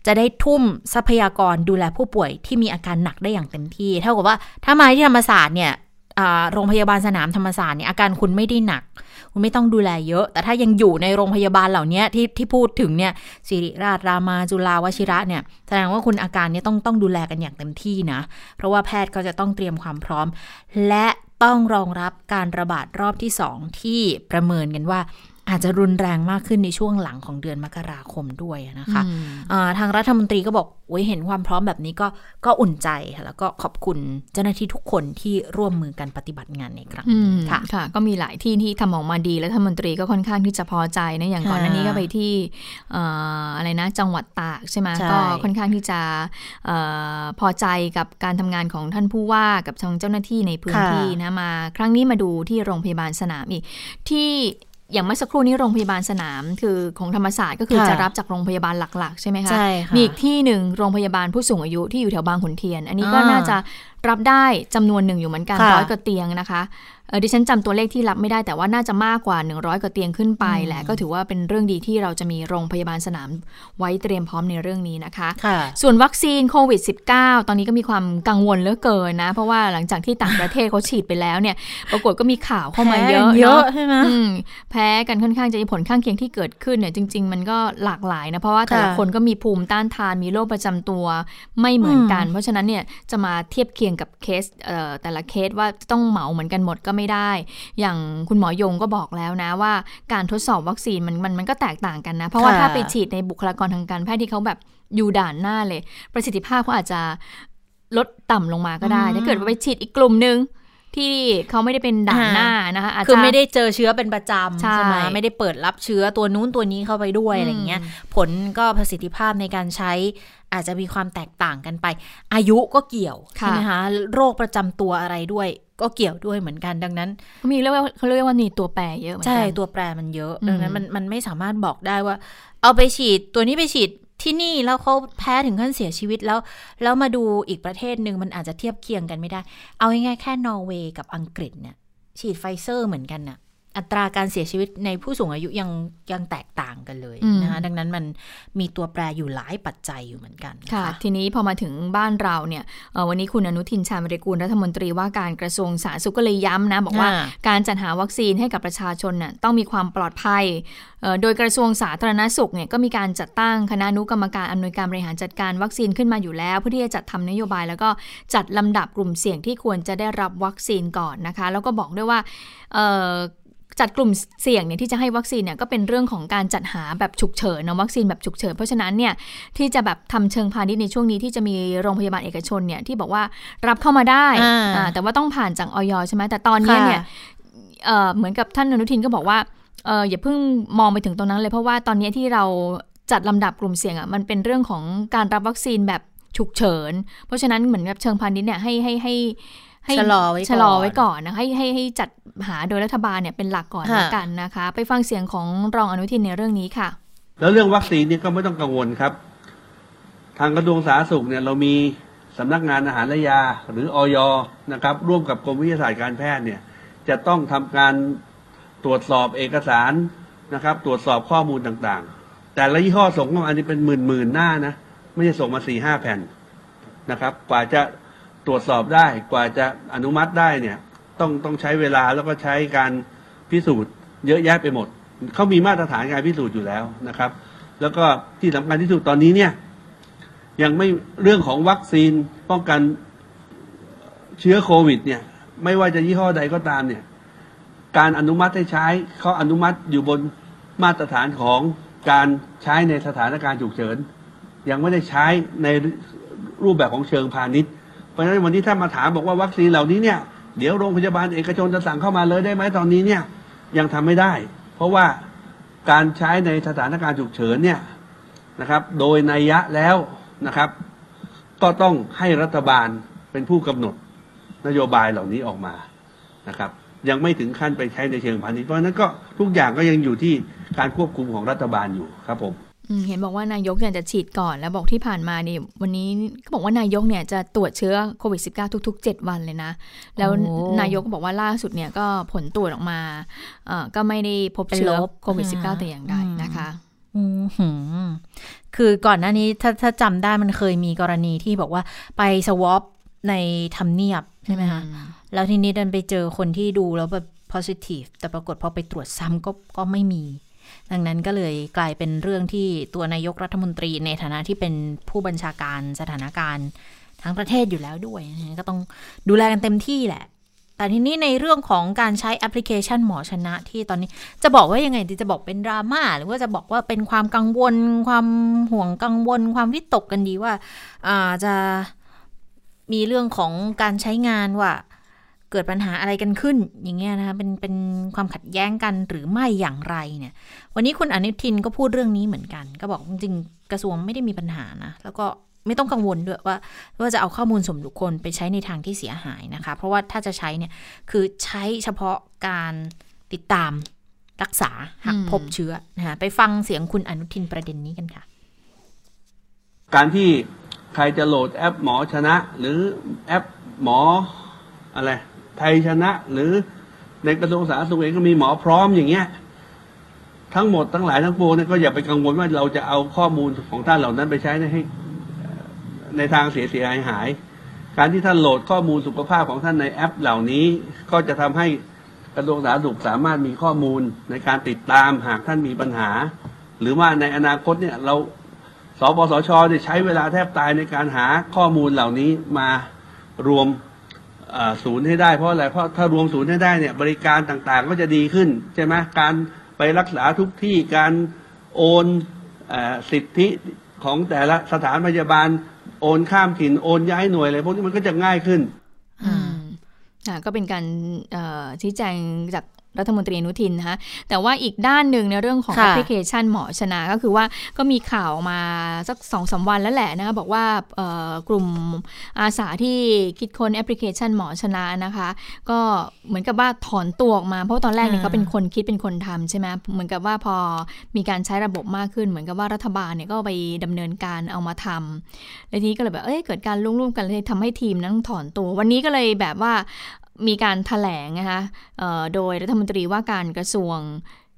จะได้ทุ่มทรัพยากรดูแลผู้ป่วยที่มีอาการหนักได้อย่างเต็มที่เท่ากับว่าถ้ามาที่ธรรมศาสตร์เนี่ยโรงพยาบาลสนามธรรมศาสตร์เนี่ยอาการคุณไม่ได้หนักคุณไม่ต้องดูแลเยอะแต่ถ้ายังอยู่ในโรงพยาบาลเหล่านี้ที่พูดถึงเนี่ยศิริราชรามาจุฬาวชิระเนี่ยแสดงว่าคุณอาการเนี่ยต้องดูแลกันอย่างเต็มที่นะเพราะว่าแพทย์ก็จะต้องเตรียมความพร้อมและต้องรองรับการระบาดรอบที่2ที่ประเมินกันว่าอาจจะรุนแรงมากขึ้นในช่วงหลังของเดือนมกราคมด้วยนะคะทางรัฐมนตรีก็บอกเห็นความพร้อมแบบนี้ก็อุ่นใจแล้วก็ขอบคุณเจ้าหน้าที่ทุกคนที่ร่วมมือกันปฏิบัติงานในครั้งนี้ค่ะก็มีหลายที่ที่ทำออกมาดีและรัฐมนตรีก็ค่อนข้างที่จะพอใจนะอย่างก่อนหน้านี้ก็ไปที่อะไรนะจังหวัดตากใช่ไหมก็ค่อนข้างที่จะพอใจกับการทำงานของท่านผู้ว่ากับทางเจ้าหน้าที่ในพื้นที่นะมาครั้งนี้มาดูที่โรงพยาบาลสนามอีกที่อย่างเมื่อสักครู่นี้โรงพยาบาลสนามคือของธรรมศาสตร์ก็คือจะรับจากโรงพยาบาลหลักๆใช่ไหมคะมีอีกที่หนึ่งโรงพยาบาลผู้สูงอายุที่อยู่แถวบางขุนเทียนอันนี้ก็น่าจะรับได้จำนวนหนึ่งอยู่เหมือนกัน100 กว่าเตียงนะคะดิฉันจำตัวเลขที่รับไม่ได้แต่ว่าน่าจะมากกว่า100 กว่าเตียงขึ้นไปแหละก็ถือว่าเป็นเรื่องดีที่เราจะมีโรงพยาบาลสนามไว้เตรียมพร้อมในเรื่องนี้นะคะส่วนวัคซีนโควิด -19 ตอนนี้ก็มีความกังวลเหลือเกินนะเพราะว่าหลังจากที่ต่างประเทศเขาฉีดไปแล้วเนี่ยปรากฏก็มีข่าวเข้ามาเยอะใช่ไหมแพ้กันค่อนข้างจะมีผลข้างเคียงที่เกิดขึ้นเนี่ยจริงๆมันก็หลากหลายนะเพราะว่าแต่ละคนก็มีภูมิต้านทานมีโรคประจำตัวไม่เหมือนกันเพราะฉะนั้นเนี่ยจะมาเทียบเคียงกับเคสแต่ละเคสว่าต้องเหมาเหมือนกันหมดก็ไม่ได้อย่างคุณหมอยงก็บอกแล้วนะว่าการทดสอบวัคซีนมันก็แตกต่างกันนะเพราะว่าถ้าไปฉีดในบุคลากรทางการแพทย์ที่เขาแบบอยู่ด่านหน้าเลยประสิทธิภาพเขาอาจจะลดต่ำลงมาก็ได้ถ้าเกิดว่าไปฉีดอีกกลุ่มนึงที่เขาไม่ได้เป็นด่านหน้านะคะอาจจะคือไม่ได้เจอเชื้อเป็นประจำใช่ไหมไม่ได้เปิดรับเชื้อตัวนู้นตัวนี้เข้าไปด้วยอะไรเงี้ยผลก็ประสิทธิภาพในการใช้อาจจะมีความแตกต่างกันไปอายุก็เกี่ยวใช่ไหมคะโรคประจำตัวอะไรด้วยก็เกี่ยวด้วยเหมือนกันดังนั้นมีเขาเรียกว่านี่ตัวแปรเยอะใช่ตัวแปรมันเยอะดังนั้นมันไม่สามารถบอกได้ว่าเอาไปฉีดตัวนี้ไปฉีดที่นี่แล้วเขาแพ้ถึงขั้นเสียชีวิตแล้วมาดูอีกประเทศนึงมันอาจจะเทียบเคียงกันไม่ได้เอาง่ายๆแค่นอร์เวย์กับอังกฤษเนี่ยฉีดไฟเซอร์เหมือนกันน่ะอัตราการเสียชีวิตในผู้สูงอายุยังแตกต่างกันเลยนะคะดังนั้นมันมีตัวแปรอยู่หลายปัจจัยอยู่เหมือนกันค่ะทีนี้พอมาถึงบ้านเราเนี่ยวันนี้คุณอนุทินชาญวิรากูลรัฐมนตรีว่าการกระทรวงสาธารณสุขก็เลยย้ำนะบอกว่าการจัดหาวัคซีนให้กับประชาชนน่ะต้องมีความปลอดภัยโดยกระทรวงสาธารณสุขเนี่ยก็มีการจัดตั้งคณะอนุกรรมการอำนวยการบริหารจัดการวัคซีนขึ้นมาอยู่แล้วเพื่อที่จะจัดทำนโยบายแล้วก็จัดลำดับกลุ่มเสี่ยงที่ควรจะได้รับวัคซีนก่อนนะคะแล้วก็บอกด้วยว่าจัดกลุ่มเสี่ยงเนี่ยที่จะให้วัคซีนเนี่ยก็เป็นเรื่องของการจัดหาแบบฉุกเฉินนะวัคซีนแบบฉุกเฉินเพราะฉะนั้นเนี่ยที่จะแบบทำเชิงพาณิชย์ในช่วงนี้ที่จะมีโรงพยาบาลเอกชนเนี่ยที่บอกว่ารับเข้ามาได้แต่ว่าต้องผ่านจากอย.ใช่ไหมแต่ตอนนี้เนี่ยเหมือนกับท่านอนุทินก็บอกว่าอย่าเพิ่งมองไปถึงตรงนั้นเลยเพราะว่าตอนนี้ที่เราจัดลำดับกลุ่มเสี่ยงมันเป็นเรื่องของการรับวัคซีนแบบฉุกเฉินเพราะฉะนั้นเหมือนกับเชิงพาณิชย์เนี่ยให้ชะลอไว้ก่อนนะให้จัดหาโดยรัฐบาลเนี่ยเป็นหลักก่อนแล้วกันนะคะไปฟังเสียงของรองอนุทินในเรื่องนี้ค่ะแล้วเรื่องวัคซีนนี่ก็ไม่ต้องกังวลครับทางกระทรวงสาธารณสุขเนี่ยเรามีสำนักงานอาหารและยาหรืออย.นะครับร่วมกับกรมวิทยาศาสตร์การแพทย์เนี่ยจะต้องทำการตรวจสอบเอกสารนะครับตรวจสอบข้อมูลต่างๆแต่ละยี่ห้อส่งมาอันนี้เป็นหมื่นหน้านะไม่ใช่ส่งมา 4-5 แผ่นนะครับกว่าจะตรวจสอบได้กว่าจะอนุมัติได้เนี่ยต้องใช้เวลาแล้วก็ใช้การพิสูจน์เยอะแยะไปหมดเขามีมาตรฐานการพิสูจน์อยู่แล้วนะครับแล้วก็ที่สำคัญที่สุดตอนนี้เนี่ยยังไม่เรื่องของวัคซีนป้องกันเชื้อโควิดเนี่ยไม่ว่าจะยี่ห้อใดก็ตามเนี่ยการอนุมัติให้ใช้เขาอนุมัติอยู่บนมาตรฐานของการใช้ในสถานการณ์ฉุกเฉินยังไม่ได้ใช้ในรูปแบบของเชิงพาณิชย์เพราะฉะนั้นวันนี้ถ้ามาถามบอกว่าวัคซีนเหล่านี้เนี่ยเดี๋ยวโรงพยาบาลเอกชนจะสั่งเข้ามาเลยได้ไหมตอนนี้เนี่ยยังทำไม่ได้เพราะว่าการใช้ในสถานการณ์ฉุกเฉินเนี่ยนะครับโดยนัยยะแล้วนะครับก็ต้องให้รัฐบาลเป็นผู้กำหนดนโยบายเหล่านี้ออกมานะครับยังไม่ถึงขั้นไปใช้ในเชิงพาณิชย์เพราะฉะนั้นก็ทุกอย่างก็ยังอยู่ที่การควบคุมของรัฐบาลอยู่ครับผมเห็นบอกว่านายกเนี่ยจะฉีดก่อนแล้วบอกที่ผ่านมานี่วันนี้ก็บอกว่านายกเนี่ยจะตรวจเชื้อโควิด -19 ทุกๆ7 วันเลยนะแล้วนายกก็บอกว่าล่าสุดเนี่ยก็ผลตรวจออกมาก็ไม่ได้พบเชื้อโควิด -19 แต่อย่างใดนะคะคือก่อนหน้านี้ถ้าจำได้มันเคยมีกรณีที่บอกว่าไปสวอปในทำเนียบใช่ไหมคะแล้วทีนี้ดันไปเจอคนที่ดูแล้วแบบ positive แต่ปรากฏพอไปตรวจซ้ำก็ไม่มีดังนั้นก็เลยกลายเป็นเรื่องที่ตัวนายกรัฐมนตรีในฐานะที่เป็นผู้บัญชาการสถานการณ์ทั้งประเทศอยู่แล้วด้วยก็ต้องดูแลกันเต็มที่แหละแต่ทีนี้ในเรื่องของการใช้แอปพลิเคชันหมอชนะที่ตอนนี้จะบอกว่ายังไงดีจะบอกเป็นดราม่าหรือว่าจะบอกว่าเป็นความกังวลความห่วงกังวลความวิตกกันดีว่าจะมีเรื่องของการใช้งานว่าเกิดปัญหาอะไรกันขึ้นอย่างเงี้ยนะคะเป็นความขัดแย้งกันหรือไม่อย่างไรเนี่ยวันนี้คุณอนุทินก็พูดเรื่องนี้เหมือนกันก็บอกจริงๆกระทรวงไม่ได้มีปัญหานะแล้วก็ไม่ต้องกังวลด้วยว่าจะเอาข้อมูลส่วนบุคคลไปใช้ในทางที่เสียหายนะคะเพราะว่าถ้าจะใช้เนี่ยคือใช้เฉพาะการติดตามรักษาหากพบเชื้อนะคะไปฟังเสียงคุณอนุทินประเด็นนี้กันค่ะการที่ใครจะโหลดแอปหมอชนะหรือแอปหมออะไรไทยชนะหรือในกระทรวงสาธารณสุขเองก็มีหมอพร้อมอย่างเงี้ยทั้งหมดทั้งหลายทั้งปวงเนี่ยก็อย่าไปกังวลว่าเราจะเอาข้อมูลของท่านเหล่านั้นไปใช้ให้ในทางเสียหายการที่ท่านโหลดข้อมูลสุขภาพของท่านในแอปเหล่านี้ก็จะทำให้กระทรวงสาธารณสุขสามารถมีข้อมูลในการติดตามหากท่านมีปัญหาหรือว่าในอนาคตเนี่ยเราสปสช.ได้ใช้เวลาแทบตายในการหาข้อมูลเหล่านี้มารวมศูนย์ให้ได้เพราะอะไรเพราะถ้ารวมศูนย์ให้ได้เนี่ยบริการต่างๆก็จะดีขึ้นใช่ไหมการไปรักษาทุกที่การโอนสิทธิของแต่ละสถานพยาบาลโอนข้ามถิ่นโอนย้ายหน่วยอะไรพวกนี้มันก็จะง่ายขึ้นก็เป็นการชี้แจงจากรัฐมนตรีอนุทินนะคะแต่ว่าอีกด้านหนึ่งในเรื่องของแอปพลิเคชันหมอชนะก็คือว่าก็มีข่าวมาสัก 2-3 วันแล้วแหละนะคะบอกว่ากลุ่มอาสาที่คิดค้นแอปพลิเคชันหมอชนะนะคะก็เหมือนกับว่าถอนตัวออกมาเพราะตอนแรกเนี่ยเขาเป็นคนคิดเป็นคนทำใช่ไหมเหมือนกับว่าพอมีการใช้ระบบมากขึ้นเหมือนกับว่ารัฐบาลเนี่ยก็ไปดำเนินการเอามาทำแล้วทีนี้ก็เลยแบบเกิดการร่วมกันเลยทำให้ทีมนั้นถอนตัววันนี้ก็เลยแบบว่ามีการแถลงนะคะโดยรัฐมนตรีว่าการกระทรวง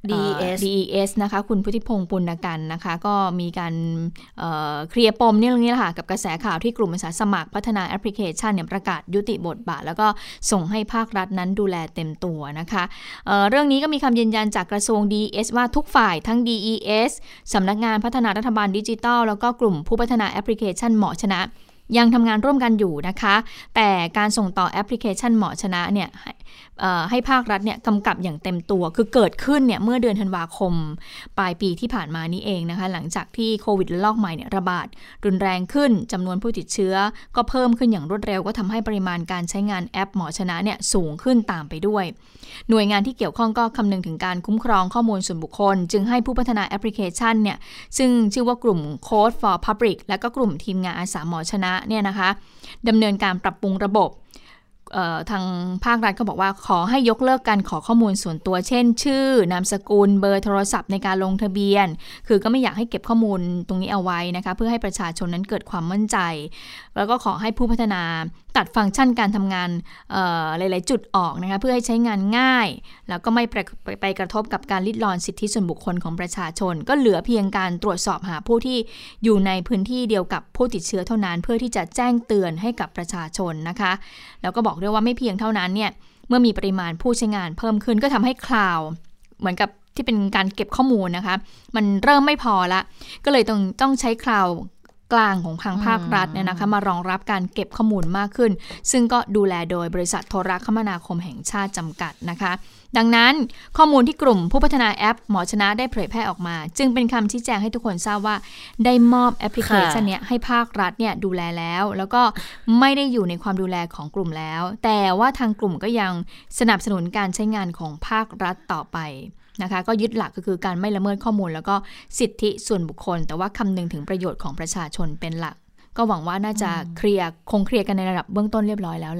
DES นะคะคุณพุทธิพงษ์ปุณกันนะคะก็มีการเคลียร์ปมเรื่องนี้แหละค่ะกับกระแสข่าวที่กลุ่มอาสาสมัครพัฒนาแอปพลิเคชันเนี่ยประกาศยุติบทบาทแล้วก็ส่งให้ภาครัฐนั้นดูแลเต็มตัวนะคะเรื่องนี้ก็มีคำยืนยันจากกระทรวง DES ว่าทุกฝ่ายทั้ง DES สำนักงานพัฒนารัฐบาลดิจิทัลแล้วก็กลุ่มผู้พัฒนาแอปพลิเคชันหมอชนะยังทำงานร่วมกันอยู่นะคะแต่การส่งต่อแอปพลิเคชันหมอชนะเนี่ยให้ภาครัฐเนี่ยกำกับอย่างเต็มตัวคือเกิดขึ้นเนี่ยเมื่อเดือนธันวาคมปลายปีที่ผ่านมานี้เองนะคะหลังจากที่โควิดระลอกใหม่เนี่ยระบาดรุนแรงขึ้นจำนวนผู้ติดเชื้อก็เพิ่มขึ้นอย่างรวดเร็วก็ทำให้ปริมาณการใช้งานแอปหมอชนะเนี่ยสูงขึ้นตามไปด้วยหน่วยงานที่เกี่ยวข้องก็คำนึงถึงการคุ้มครองข้อมูลส่วนบุคคลจึงให้ผู้พัฒนาแอปพลิเคชันเนี่ยซึ่งชื่อว่ากลุ่ม Code for Public และก็กลุ่มทีมงานอาสาหมอชนะเนี่ยนะคะดำเนินการปรับปรุงระบบทางภาครัฐก็บอกว่าขอให้ยกเลิกการขอข้อมูลส่วนตัวเช่นชื่อนามสกุลเบอร์โทรศัพท์ในการลงทะเบียนคือก็ไม่อยากให้เก็บข้อมูลตรงนี้เอาไว้นะคะเพื่อให้ประชาชนนั้นเกิดความมั่นใจแล้วก็ขอให้ผู้พัฒนาตัดฟังก์ชันการทำงานหลายๆจุดออกนะคะเพื่อให้ใช้งานง่ายแล้วก็ไม่ไปกระทบกับการลิดรอนสิทธิส่วนบุคคลของประชาชนก็เหลือเพียงการตรวจสอบหาผู้ที่อยู่ในพื้นที่เดียวกับผู้ติดเชื้อเท่านั้นเพื่อที่จะแจ้งเตือนให้กับประชาชนนะคะแล้วก็บอกด้วยว่าไม่เพียงเท่านั้นเนี่ยเมื่อมีปริมาณผู้ใช้งานเพิ่มขึ้นก็ทำให้คลาวด์เหมือนกับที่เป็นการเก็บข้อมูลนะคะมันเริ่มไม่พอละก็เลยต้องใช้คลาวด์กลางของทางภาครัฐเนี่ยนะคะมารองรับการเก็บข้อมูลมากขึ้นซึ่งก็ดูแลโดยบริษัทโทรคมนาคมแห่งชาติจำกัดนะคะดังนั้นข้อมูลที่กลุ่มผู้พัฒนาแอปหมอชนะได้เผยแพร่ออกมาจึงเป็นคำชี้แจงให้ทุกคนทราบว่าได้มอบแอปพลิเคชันนี้ให้ภาครัฐเนี่ยดูแลแล้วก็ไม่ได้อยู่ในความดูแลของกลุ่มแล้วแต่ว่าทางกลุ่มก็ยังสนับสนุนการใช้งานของภาครัฐต่อไปนะคะก็ยึดหลักก็คือการไม่ละเมิดข้อมูลแล้วก็สิทธิส่วนบุคคลแต่ว่าคำนึงถึงประโยชน์ของประชาชนเป็นหลักก็หวังว่าน่าจะคงเคลียร์กันในระดับเบื้องต้นเรียบร้อยแล้วแหละ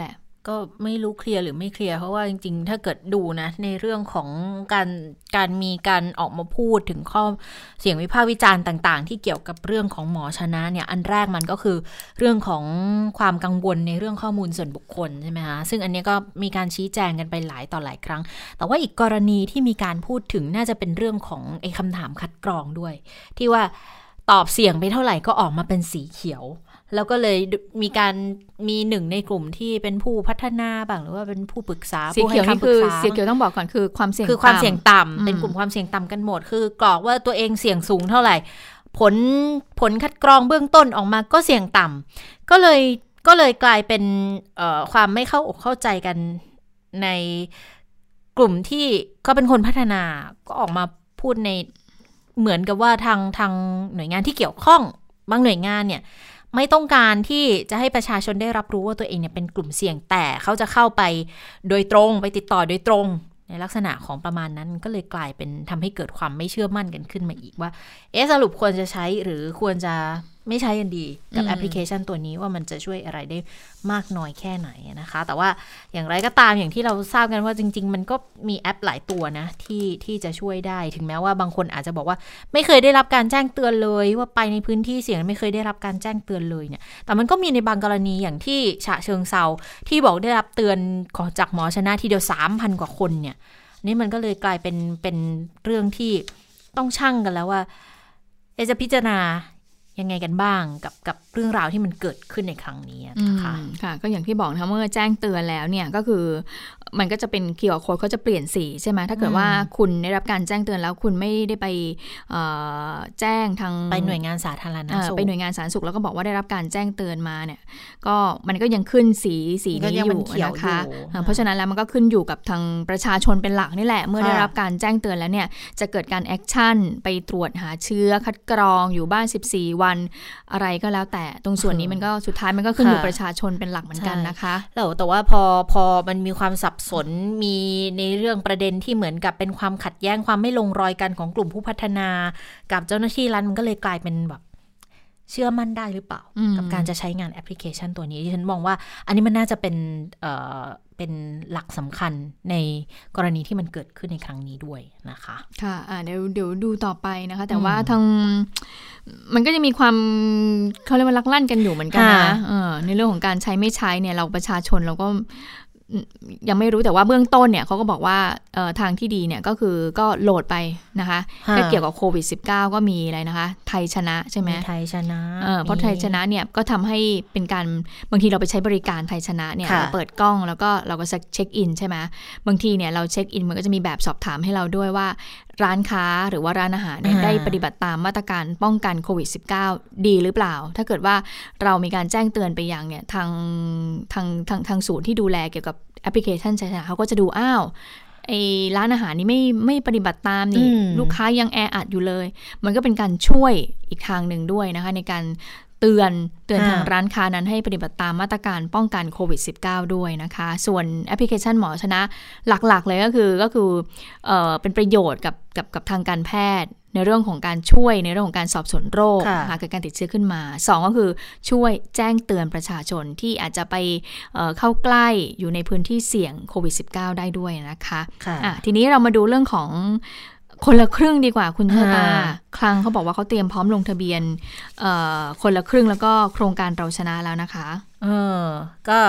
ก็ไม่รู้เคลียร์หรือไม่เคลียร์เพราะว่าจริงๆถ้าเกิดดูนะในเรื่องของการมีการออกมาพูดถึงข้อเสียงวิพากษ์วิจารณ์ต่างๆที่เกี่ยวกับเรื่องของหมอชนะเนี่ยอันแรกมันก็คือเรื่องของความกังวลในเรื่องข้อมูลส่วนบุคคลใช่ไหมคะซึ่งอันนี้ก็มีการชี้แจงกันไปหลายต่อหลายครั้งแต่ว่าอีกกรณีที่มีการพูดถึงน่าจะเป็นเรื่องของไอ้คำถามคัดกรองด้วยที่ว่าตอบเสี่ยงไปเท่าไหร่ก็ออกมาเป็นสีเขียวแล้วก็เลยมีหนึ่งในกลุ่มที่เป็นผู้พัฒนาบ้างหรือว่าเป็นผู้ปรึกษาผู้ให้คำปรึกษาสีเขียวต้องบอกก่อนคือความเสี่ยงต่ำเป็นกลุ่มความเสี่ยงต่ำกันหมดคือกรอกว่าตัวเองเสี่ยงสูงเท่าไหร่ผลคัดกรองเบื้องต้นออกมาก็เสี่ยงต่ำก็เลยกลายเป็นความไม่เข้าอกเข้าใจกันในกลุ่มที่ก็เป็นคนพัฒนาก็ออกมาพูดในเหมือนกับว่าทางหน่วยงานที่เกี่ยวข้องบางหน่วยงานเนี่ยไม่ต้องการที่จะให้ประชาชนได้รับรู้ว่าตัวเองเนี่ยเป็นกลุ่มเสี่ยงแต่เขาจะเข้าไปโดยตรงไปติดต่อโดยตรงในลักษณะของประมาณนั้นก็เลยกลายเป็นทำให้เกิดความไม่เชื่อมั่นกันขึ้นมาอีกว่าสรุปควรจะใช้หรือควรจะไม่ใช้กันดีกับแอปพลิเคชันตัวนี้ว่ามันจะช่วยอะไรได้มากน้อยแค่ไหนนะคะแต่ว่าอย่างไรก็ตามอย่างที่เราทราบกันว่าจริงๆมันก็มีแอปหลายตัวนะที่จะช่วยได้ถึงแม้ว่าบางคนอาจจะบอกว่าไม่เคยได้รับการแจ้งเตือนเลยว่าไปในพื้นที่เสี่ยงไม่เคยได้รับการแจ้งเตือนเลยเนี่ยแต่มันก็มีในบางกรณีอย่างที่ฉะเชิงเทราที่บอกได้รับเตือนจากหมอชนะทีเดียว 3,000 กว่าคนเนี่ยนี่มันก็เลยกลายเป็นเรื่องที่ต้องชั่งกันแล้วว่าจะพิจารณายังไงกันบ้างกับเรื่องราวที่มันเกิดขึ้นในครั้งนี้นะคะค่ะก็อย่างที่บอกนะคะเมื่อแจ้งเตือนแล้วเนี่ยก็คือมันก็จะเป็นQR Codeเขาจะเปลี่ยนสีใช่ไหมถ้าเกิดว่าคุณได้รับการแจ้งเตือนแล้วคุณไม่ได้ไปแจ้งทางไปหน่วยงานสาธารณสุขไปหน่วยงานสาธารณสุขแล้วก็บอกว่าได้รับการแจ้งเตือนมาเนี่ยก็มันก็ยังขึ้นสีนี้อยู่นะคะเพราะฉะนั้นแล้วมันก็ขึ้นอยู่กับทางประชาชนเป็นหลักนี่แหละเมื่อได้รับการแจ้งเตือนแล้วเนี่ยจะเกิดการแอคชั่นไปตรวจหาเชื้อคัดกรองอยู่บ้าน14 วันอะไรก็แล้วแต่ตรงส่วนนี้มันก็สุดท้ายมันก็ขึ้นอยู่ประชาชนเป็นหลักเหมือนกันนะคะแต่ว่าพอมันมีความสับสนมีในเรื่องประเด็นที่เหมือนกับเป็นความขัดแย้งความไม่ลงรอยกันของกลุ่มผู้พัฒนากับเจ้าหน้าที่รัฐมันก็เลยกลายเป็นแบบเชื่อมั่นได้หรือเปล่ากับการจะใช้งานแอปพลิเคชันตัวนี้ที่ฉันมองว่าอันนี้มันน่าจะเป็นหลักสำคัญในกรณีที่มันเกิดขึ้นในครั้งนี้ด้วยนะคะค่ะเดี๋ยวดูต่อไปนะคะแต่ว่าทางมันก็จะมีความเขาเรียกว่าลักลั่นกันอยู่เหมือนกันนะในเรื่องของการใช้ไม่ใช้เนี่ยเราประชาชนเราก็ยังไม่รู้แต่ว่าเบื้องต้นเนี่ยเขาก็บอกว่าทางที่ดีเนี่ยก็คือก็โหลดไปนะคะถ้าเกี่ยวกับโควิด -19 ก็มีอะไรนะคะไทยชนะใช่ไหมไทยชนะเพราะไทยชนะเนี่ยก็ทำให้เป็นการบางทีเราไปใช้บริการไทยชนะเนี่ยเราเปิดกล้องแล้วก็เราก็เช็คอินใช่ไหมบางทีเนี่ยเราเช็คอินมันก็จะมีแบบสอบถามให้เราด้วยว่าร้านค้าหรือว่าร้านอาหารเนี่ยได้ปฏิบัติตามมาตรการป้องกันโควิด -19 ดีหรือเปล่าถ้าเกิดว่าเรามีการแจ้งเตือนไปยังเนี่ยทางศูนย์ที่ดูแลเกี่ยวกับแอปพลิเคชันใช่ไหมเขาก็จะดูไอ้ร้านอาหารนี่ไม่ปฏิบัติตามนี่ลูกค้ายังแออัดอยู่เลยมันก็เป็นการช่วยอีกทางหนึ่งด้วยนะคะในการเตือนทางร้านค้านั้นให้ปฏิบัติตามมาตรการป้องกันโควิด -19 ด้วยนะคะส่วนแอปพลิเคชันหมอชนะหลักๆเลยก็คือเป็นประโยชน์กับทางการแพทย์ในเรื่องของการช่วยในเรื่องของการสอบสวนโรคหากเกิดการติดเชื้อขึ้นมา2ก็คือช่วยแจ้งเตือนประชาชนที่อาจจะไปเข้าใกล้อยู่ในพื้นที่เสี่ยงโควิด -19 ได้ด้วยนะคะทีนี้เรามาดูเรื่องของคนละครึ่งดีกว่าคุณเชอตาคลังเขาบอกว่าเขาเตรียมพร้อมลงทะเบียนคนละครึ่งแล้วก็โครงการเราชนะแล้วนะคะก็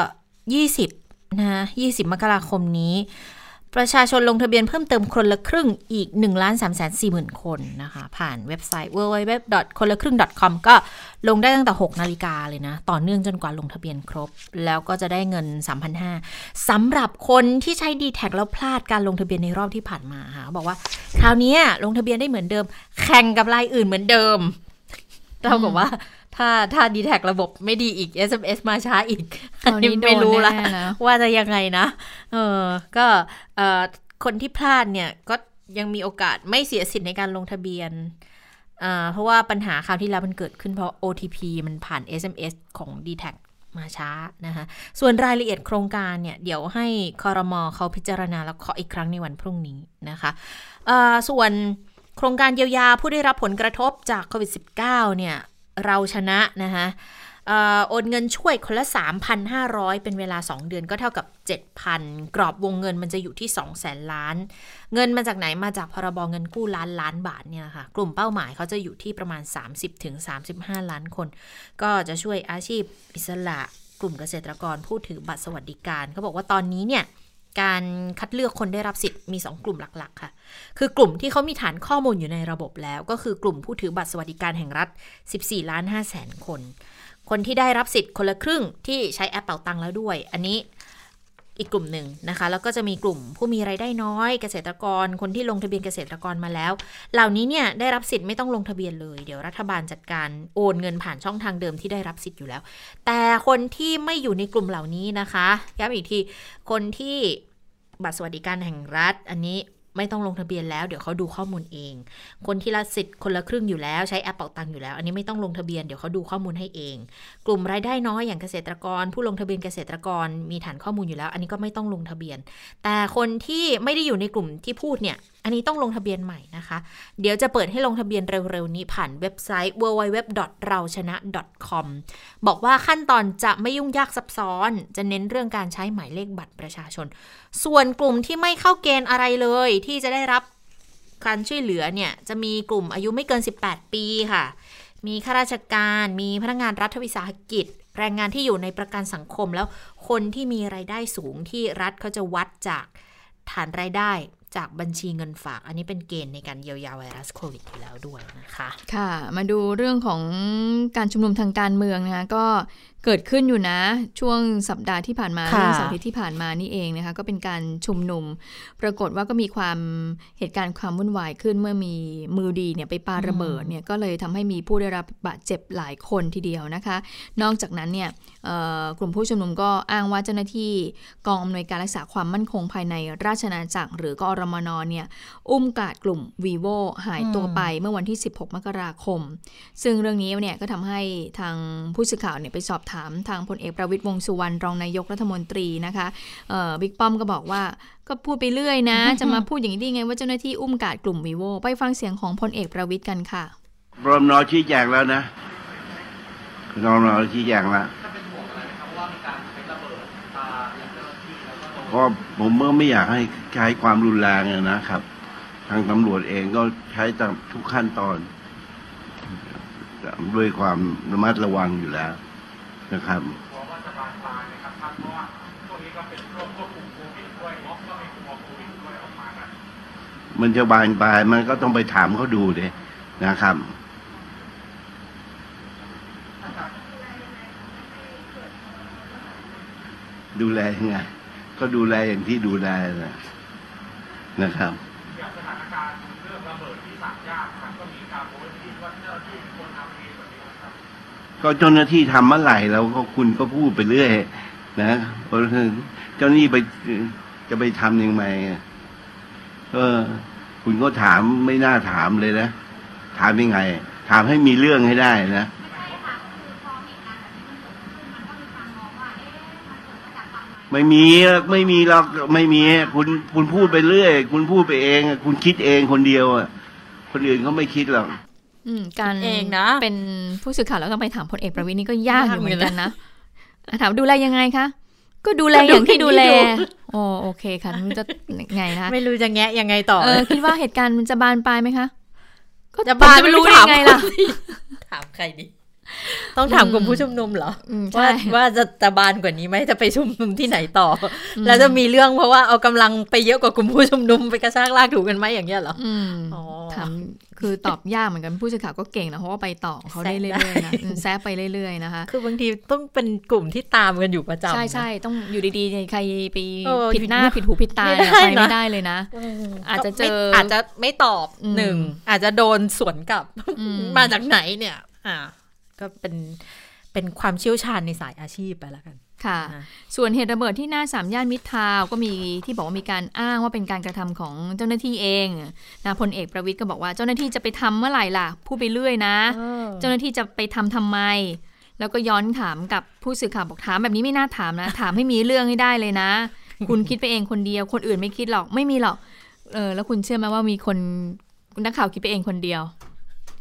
20นะ20 มกราคมนี้ประชาชนลงทะเบียนเพิ่มเติมคนละครึ่งอีก 1,340,000 คนนะคะผ่านเว็บไซต์ www.konlakryng.com ก็ลงได้ตั้งแต่ 6 นาฬิกาเลยนะต่อเนื่องจนกว่าลงทะเบียนครบแล้วก็จะได้เงิน 3,500 สำหรับคนที่ใช้ D-Tag แล้วพลาดการลงทะเบียนในรอบที่ผ่านมาค่ะบอกว่าคราวนี้ลงทะเบียนได้เหมือนเดิมแข่งกับรายอื่นเหมือนเดิมเราบอกว่าถ้า D-Tag ระบบไม่ดีอีก SMS มาช้าอีกอันนี้ไม่รู้ละว่าจะยังไงนะก็คนที่พลาดเนี่ยก็ยังมีโอกาสไม่เสียสิทธิ์ในการลงทะเบียนเพราะว่าปัญหาคราวที่แล้วมันเกิดขึ้นเพราะ OTP มันผ่าน SMS ของ D-Tag มาช้านะคะส่วนรายละเอียดโครงการเนี่ยเดี๋ยวให้ครม.เขาพิจารณาแล้วเคาะอีกครั้งในวันพรุ่งนี้นะคะส่วนโครงการเยียวยาผู้ได้รับผลกระทบจากโควิด -19 เนี่ยเราชนะนะคะโอนเงินช่วยคนละ 3,500 เป็นเวลา2เดือนก็เท่ากับ 7,000 กรอบวงเงินมันจะอยู่ที่ 200,000 ล้านเงินมาจากไหนมาจากพรบเงินกู้ล้านบาทเนี่ยค่ะกลุ่มเป้าหมายเขาจะอยู่ที่ประมาณ 30-35 ล้านคนก็จะช่วยอาชีพอิสระกลุ่มเกษตรกรผู้ถือบัตรสวัสดิการเขาบอกว่าตอนนี้เนี่ยการคัดเลือกคนได้รับสิทธิ์มี2กลุ่มหลักๆค่ะคือกลุ่มที่เขามีฐานข้อมูลอยู่ในระบบแล้วก็คือกลุ่มผู้ถือบัตรสวัสดิการแห่งรัฐ 14,500,000 คนที่ได้รับสิทธิ์คนละครึ่งที่ใช้แอปเป๋าตังค์แล้วด้วยอันนี้อีกกลุ่มหนึ่งนะคะแล้วก็จะมีกลุ่มผู้มีรายได้น้อยเกษตรกรคนที่ลงทะเบียนเกษตรกรมาแล้วเหล่านี้เนี่ยได้รับสิทธิ์ไม่ต้องลงทะเบียนเลยเดี๋ยวรัฐบาลจัดการโอนเงินผ่านช่องทางเดิมที่ได้รับสิทธิ์อยู่แล้วแต่คนที่ไม่อยู่ในกลุ่มเหล่านี้นะคะย้ำอีกทีคนที่บัตรสวัสดิการแห่งรัฐอันนี้ไม่ต้องลงทะเบียนแล้วเดี๋ยวเขาดูข้อมูลเองคนที่รับสิทธิ์คนละครึ่งอยู่แล้วใช้แอปเป๋าตังค์อยู่แล้วอันนี้ไม่ต้องลงทะเบียนเดี๋ยวเขาดูข้อมูลให้เองกลุ่มรายได้น้อยอย่างเกษตรกรผู้ลงทะเบียนเกษตรกรมีฐานข้อมูลอยู่แล้วอันนี้ก็ไม่ต้องลงทะเบียนแต่คนที่ไม่ได้อยู่ในกลุ่มที่พูดเนี่ยอันนี้ต้องลงทะเบียนใหม่นะคะเดี๋ยวจะเปิดให้ลงทะเบียนเร็วๆนี้ผ่านเว็บไซต์ www.rauchana.com บอกว่าขั้นตอนจะไม่ยุ่งยากซับซ้อนจะเน้นเรื่องการใช้หมายเลขบัตรประชาชนส่วนกลุ่มที่ไม่เข้าเกณฑ์อะไรเลยที่จะได้รับการช่วยเหลือเนี่ยจะมีกลุ่มอายุไม่เกิน18ปีค่ะมีข้าราชการมีพนักงานรัฐวิสาหกิจแรงงานที่อยู่ในประกันสังคมแล้วคนที่มีรายได้สูงที่รัฐเขาจะวัดจากฐานรายได้จากบัญชีเงินฝากอันนี้เป็นเกณฑ์ในการเยียวยาไวรัสโควิดอยู่แล้วด้วยนะคะค่ะมาดูเรื่องของการชุมนุมทางการเมืองนะคะก็เกิดขึ้นอยู่นะช่วงสัปดาห์ที่ผ่านมาเรื่องเสาร์อาทิตย์ที่ผ่านมานี่เองนะคะก็เป็นการชุมนุมปรากฏว่าก็มีเหตุการณ์ความวุ่นวายขึ้นเมื่อมีมือดีเนี่ยไปปาระเบิดเนี่ยก็เลยทำให้มีผู้ได้รับบาดเจ็บหลายคนทีเดียวนะคะนอกจากนั้นเนี่ยกลุ่มผู้ชุมนุมก็อ้างว่าเจ้าหน้าที่กองอำนวยการรักษาความมั่นคงภายในราชอาณาจักรหรือกอรมนเนี่ยอุ้มกาดกลุ่ม Vivo หายตัวไปเมื่อวันที่16มกราคมซึ่งเรื่องนี้เนี่ยก็ทำให้ทางผู้สื่อข่าวเนี่ยไปสอบถามทางพลเอกประวิตรวงษ์สุวรรณรองนายกรัฐมนตรีนะคะบิ๊กป้อมก็บอกว่าก็พูดไปเรื่อยนะ จะมาพูดอย่างนี้ได้ไงว่าเจ้าหน้าที่อุ้มกาดกลุ่ม Vivo ไปฟังเสียงของพลเอกประวิตรกันค่ะรมน.ชี้แจงแล้วนะรมน.ชี้แจงแล้วก็ผมไม่อยากให้ใช้ความรุนแรงนะครับทางตำรวจเองก็ใช้ตามทุกขั้นตอนด้วยความระมัดระวังอยู่แล้วนะครับมันจะบานปลายมันก็ต้องไปถามเขาดูดินะครับดูแลยังไงก็ดูแลอย่างที่ดูแลนะครับก็เจ้าหน้าที่ทำเมื่อไหร่แล้วก็คุณก็พูดไปเรื่อยนะเจ้าหน้าที่จะไปทำยังไงคุณก็ถามไม่น่าถามเลยนะถามยังไงถามให้มีเรื่องให้ได้นะไม่มีหรอกไม่มีคุณพูดไปเรื่อยคุณพูดไปเองคุณคิดเองคนเดียวคนอื่นเขาไม่คิดหรอกการเองนะเป็นผู้สื่อข่าวแล้วต้องไปถามพลเอกประวิตรนี่ก็ยากอยู่เหมือนกันนะถามดูแลยังไงคะก็ดูแลอย่างที่ดูแลโอเคค่ะมันจะไงนะคะไม่รู้จะแงะยังไงต่อคิดว่าเหตุการณ์มันจะบานปลายไหมคะก็จะบานไม่รู้ยังไงล่ะถามใครดิต้องถามกลุ่มผู้ชุมนุมเหรอว่าจะบานกว่านี้ไหมจะไปชุมนุมที่ไหนต่อแล้วจะมีเรื่องเพราะว่าเอากำลังไปเยอะกว่ากลุ่มผู้ชุมนุมไปกระชากลากถูกันไหมอย่างเงี้ยเหรอถามคือตอบยากเหมือนกันผู้สื่อข่าวก็เก่งนะเพราะว่าไปต่อเขาได้เรื่อยๆนะแซะไปเรื่อยๆนะคะคือบางทีต้องเป็นกลุ่มที่ตามกันอยู่ประจำใช่ๆต้องอยู่ดีๆใครไปผิดหน้าผิดหูผิดตาไปไม่ได้เลยนะอาจจะไม่ตอบหนึ่งอาจจะโดนสวนกลับมาจากไหนเนี่ยก็เป็นความเชี่ยวชาญในสายอาชีพไปแล้วกันค่ะส่วนเหตุระเบิดที่หน้า3ย่านมิตรทาวน์ก็มีที่บอกว่ามีการอ้างว่าเป็นการกระทำของเจ้าหน้าที่เองนะพลเอกประวิตรก็บอกว่าเจ้าหน้าที่จะไปทำเมื่อไหร่ล่ะพูดไปเรื่อยนะเจ้าหน้าที่จะไปทำไมแล้วก็ย้อนถามกับผู้สื่อข่าวบอกถามแบบนี้ไม่น่าถามนะถามให้มีเรื่องให้ได้เลยนะคุณคิดไปเองคนเดียวคนอื่นไม่คิดหรอกไม่มีหรอกแล้วคุณเชื่อไหมว่ามีคนนักข่าวคิดไปเองคนเดียว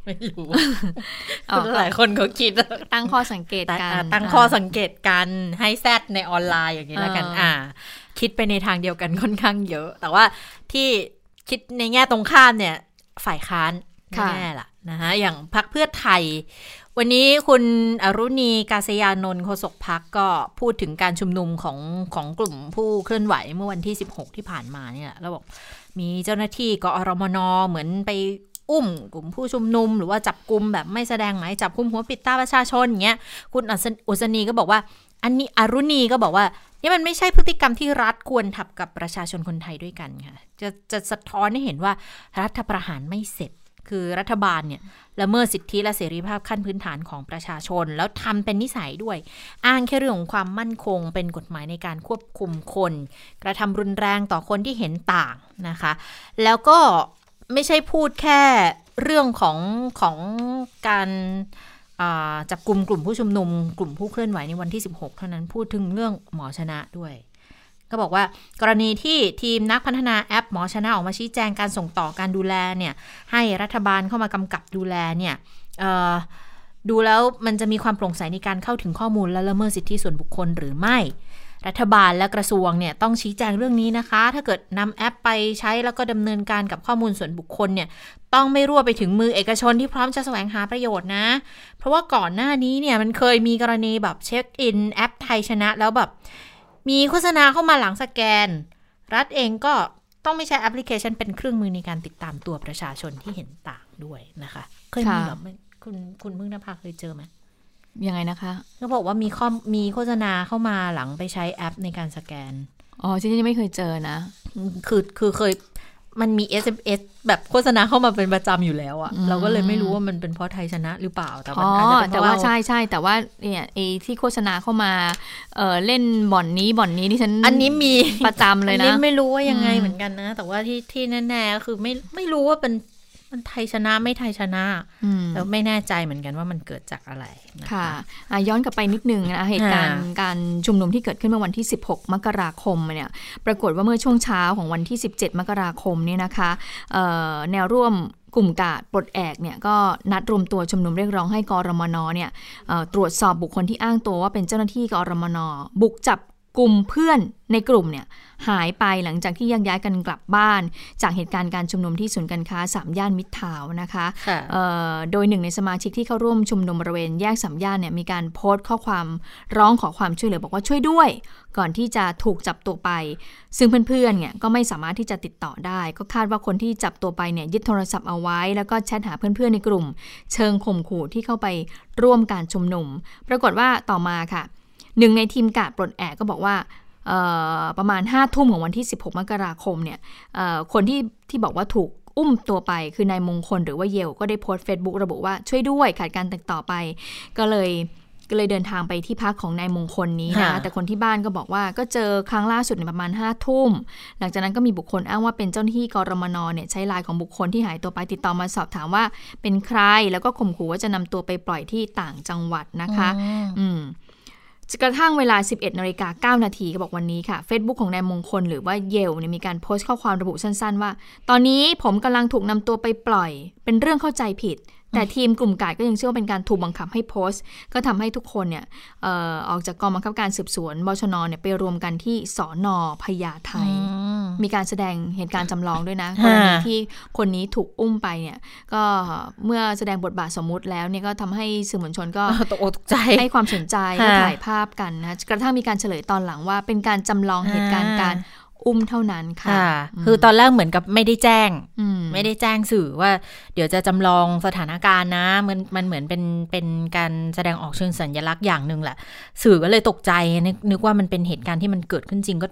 ไม่รู้หลายคนเขาคิดตั้งข้อสังเกตกันตั้งข้อสังเกตกันให้แซดในออนไลน์อย่างนี้แล้วกันคิดไปในทางเดียวกันค่อนข้างเยอะแต่ว่าที่คิดในแง่ตรงข้ามเนี่ยฝ่ายค้านแน่ล่ะนะคะอย่างพรรคเพื่อไทยวันนี้คุณอรุณีกาศยานนท์โฆษกพรรคก็พูดถึงการชุมนุมของกลุ่มผู้เคลื่อนไหวเมื่อวันที่16ที่ผ่านมาเนี่ยแล้วบอกมีเจ้าหน้าที่กอรมน.เหมือนไปอุ้มกลุ่มผู้ชุมนุมหรือว่าจับกุมแบบไม่แสดงหมายจับกุมหัวปิดตาประชาชนอย่างเงี้ยคุณอุษณีก็บอกว่าอันนี้อรุณีก็บอกว่านี่มันไม่ใช่พฤติกรรมที่รัฐควรทำกับประชาชนคนไทยด้วยกันค่ะจะสะท้อนให้เห็นว่ารัฐประหารไม่เสร็จคือรัฐบาลเนี่ยละเมิดสิทธิและเสรีภาพขั้นพื้นฐานของประชาชนแล้วทำเป็นนิสัยด้วยอ้างแค่เรื่องของความมั่นคงเป็นกฎหมายในการควบคุมคนกระทำรุนแรงต่อคนที่เห็นต่างนะคะแล้วก็ไม่ใช่พูดแค่เรื่องของการจับกลุ่มผู้ชุมนุมกลุ่มผู้เคลื่อนไหวในวันที่16เท่านั้นพูดถึงเรื่องหมอชนะด้วยก็บอกว่ากรณีที่ทีมนักพัฒนาแอปหมอชนะออกมาชี้แจงการส่งต่อการดูแลเนี่ยให้รัฐบาลเข้ามากำกับดูแลเนี่ยดูแล้วมันจะมีความโปร่งใสในการเข้าถึงข้อมูลและละเมิดสิทธิส่วนบุคคลหรือไม่รัฐบาลและกระทรวงเนี่ยต้องชี้แจงเรื่องนี้นะคะถ้าเกิดนำแอปไปใช้แล้วก็ดำเนินการกับข้อมูลส่วนบุคคลเนี่ยต้องไม่รั่วไปถึงมือเอกชนที่พร้อมจะแสวงหาประโยชน์นะเพราะว่าก่อนหน้านี้เนี่ยมันเคยมีกรณีแบบเช็คอินแอปไทยชนะแล้วแบบมีโฆษณาเข้ามาหลังสแกนรัฐเองก็ต้องไม่ใช้แอปพลิเคชันเป็นเครื่องมือในการติดตามตัวประชาชนที่เห็นต่างด้วยนะคะเคยมีแบบคุณพึ่งนภาเคยเจอไหมยังไงนะคะก็บอกว่ามีโฆษณาเข้ามาหลังไปใช้แอปในการสแกนจริงๆไม่เคยเจอนะคือเคยมันมี SMS แบบโฆษณาเข้ามาเป็นประจำอยู่แล้วอะเราก็เลยไม่รู้ว่ามันเป็นเพราะไทยชนะหรือเปล่าแต่มันอาจจะเป็นเพราะว่าใช่แต่ว่าเนี่ยที่โฆษณาเข้ามาเล่นบ่อนนี้ที่ฉันอันนี้มีประจำเลยนะอันนี้ไม่รู้ว่ายังไงเหมือนกันนะแต่ว่าที่แน่ๆก็คือไม่รู้ว่าเป็นมันไทยชนะไม่ไทยชนะแต่ไม่แน่ใจเหมือนกันว่ามันเกิดจากอะไรค่ะย้อนกลับไปนิดนึงนะเหตุการณ์การชุมนุมที่เกิดขึ้นเมื่อวันที่16มกราคมเนี่ยปรากฏว่าเมื่อช่วงเช้าของวันที่17มกราคมเนี่ยนะคะแนวร่วมกลุ่มกาดปลดแอกเนี่ยก็นัดรวมตัวชุมนุมเรียกร้องให้กรมน.เนี่ยตรวจสอบบุคคลที่อ้างตัวว่าเป็นเจ้าหน้าที่กรมน.บุกจับกลุ่มเพื่อนในกลุ่มเนี่ยหายไปหลังจากที่แยกย้ายกันกลับบ้านจากเหตุการณ์การชุมนุมที่ศูนย์การค้า3ย่านมิตรทาวน์นะคะโดยหนึ่งในสมาชิกที่เข้าร่วมชุมนุมบริเวณแยก3ย่านเนี่ยมีการโพสต์ข้อความร้องขอความช่วยเหลือบอกว่าช่วยด้วยก่อนที่จะถูกจับตัวไปซึ่งเพื่อนๆเนี่ยก็ไม่สามารถที่จะติดต่อได้ก็คาดว่าคนที่จับตัวไปเนี่ยยึดโทรศัพท์เอาไว้แล้วก็แชทหาเพื่อนๆในกลุ่มเชิงข่มขู่ที่เข้าไปร่วมการชุมนุมปรากฏว่าต่อมาค่ะหนึ่งในทีมกาดปลดแอกก็บอกว่าประมาณ5 ทุ่มของวันที่16มกราคมเนี่ยคนที่บอกว่าถูกอุ้มตัวไปคือนายมงคลหรือว่าเยลก็ได้โพสต์ Facebook ระบุว่าช่วยด้วยขาดการติดต่อไปก็เลยเดินทางไปที่พักของนายมงคลนี้นะแต่คนที่บ้านก็บอกว่าก็เจอครั้งล่าสุดในประมาณ5 ทุ่มหลังจากนั้นก็มีบุคคลอ้างว่าเป็นเจ้าหน้าที่กรมน.เนี่ยใช้ไลน์ของบุคคลที่หายตัวไปติดต่อมาสอบถามว่าเป็นใครแล้วก็ข่มขู่ว่าจะนำตัวไปปล่อยที่ต่างจังหวัดนะคะกระทั่งเวลา 11:09 นาทีก็บอกวันนี้ค่ะ Facebook ของนายมงคลหรือว่าเยลเนี่ยมีการโพสต์ข้อความระบุสั้นๆว่าตอนนี้ผมกำลังถูกนำตัวไปปล่อยเป็นเรื่องเข้าใจผิดแต่ทีมกลุ่มกาดก็ยังเชื่อว่าเป็นการถูกบังคับให้โพสต์ก็ทำให้ทุกคนเนี่ยออกจากกองบังคับการสืบสวนบชน.เนี่ยไปรวมกันที่สน.พญาไทมีการแสดงเหตุการณ์จำลองด้วยนะกรณีที่คนนี้ถูกอุ้มไปเนี่ยก็เมื่อแสดงบทบาทสมมุติแล้วเนี่ยก็ทำให้สื่อมวลชนก็ตกใจให้ความสนใจและถ่ายภาพกันนะกระทั่งมีการเฉลยตอนหลังว่าเป็นการจำลองเหตุการณ์การอุ้มเท่านั้นค่ะคือตอนแรกเหมือนกับไม่ได้แจ้งสื่อว่าเดี๋ยวจะจำลองสถานการณ์นะมันเหมือนเป็นการแสดงออกเชิงสัญลักษณ์อย่างนึงแหละสื่อก็เลยตกใจนึกว่ามันเป็นเหตุการณ์ที่มันเกิดขึ้นจริงก็